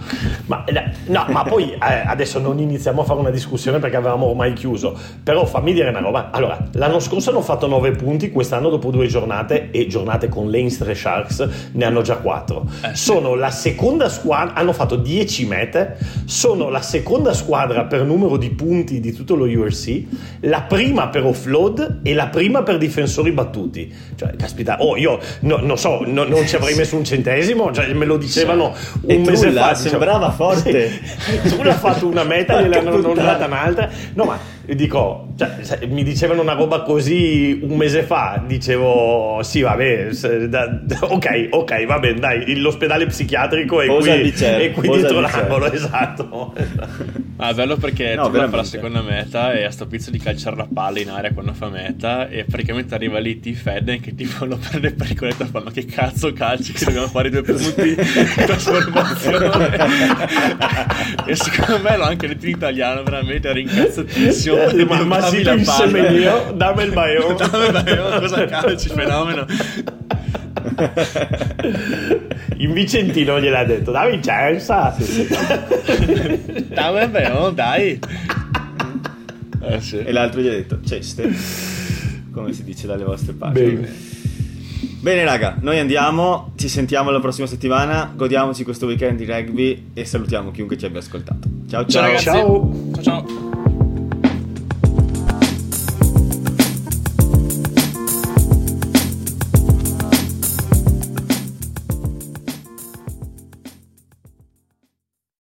Ma, no, ma poi eh, adesso non iniziamo a fare una discussione perché avevamo ormai chiuso, però fammi dire una roba. Allora, l'anno scorso hanno fatto nove punti, quest'anno dopo due giornate e giornate con Leinster Sharks ne hanno già quattro. Eh, sono la seconda squadra, hanno fatto dieci mete, sono la seconda squadra per numero di punti di tutto lo U R C, la prima per offload e la prima per difensori battuti. Cioè, caspita, oh, io no, non so, no, non ci avrei messo un centesimo, cioè me lo dicevano un e mese Trulla, fa. sembrava forte. Tu l'ha fatto una meta e gliel'hanno non data un'altra. No, ma dico, cioè, mi dicevano una roba così un mese fa, dicevo sì vabbè, da, ok, ok, va bene, dai, l'ospedale psichiatrico è posa qui, è qui dietro l'angolo, esatto. Ah, è bello perché no, tu fa la seconda meta e a sto pizzo di calciare la palla in aria quando fa meta e praticamente arriva lì T-Fed che tipo lo prende per ricolletto e fa ma che cazzo calci che dobbiamo fare due punti di trasformazione. E secondo me l'ho anche detto in italiano, veramente era incazzatissimo. Ma, ma sì, tu insieme mio, dammi il maio. Dammi il maio, cosa calci, fenomeno. In Vicentino gliel'ha detto, dai Vincenza. Dammi il maio, dai. Eh, sì. E l'altro gli ha detto, ceste, come si dice dalle vostre parti. Bene. Bene raga, noi andiamo, ci sentiamo la prossima settimana, godiamoci questo weekend di rugby e salutiamo chiunque ci abbia ascoltato. Ciao ciao. Ciao ragazzi. Ciao. Ciao ciao.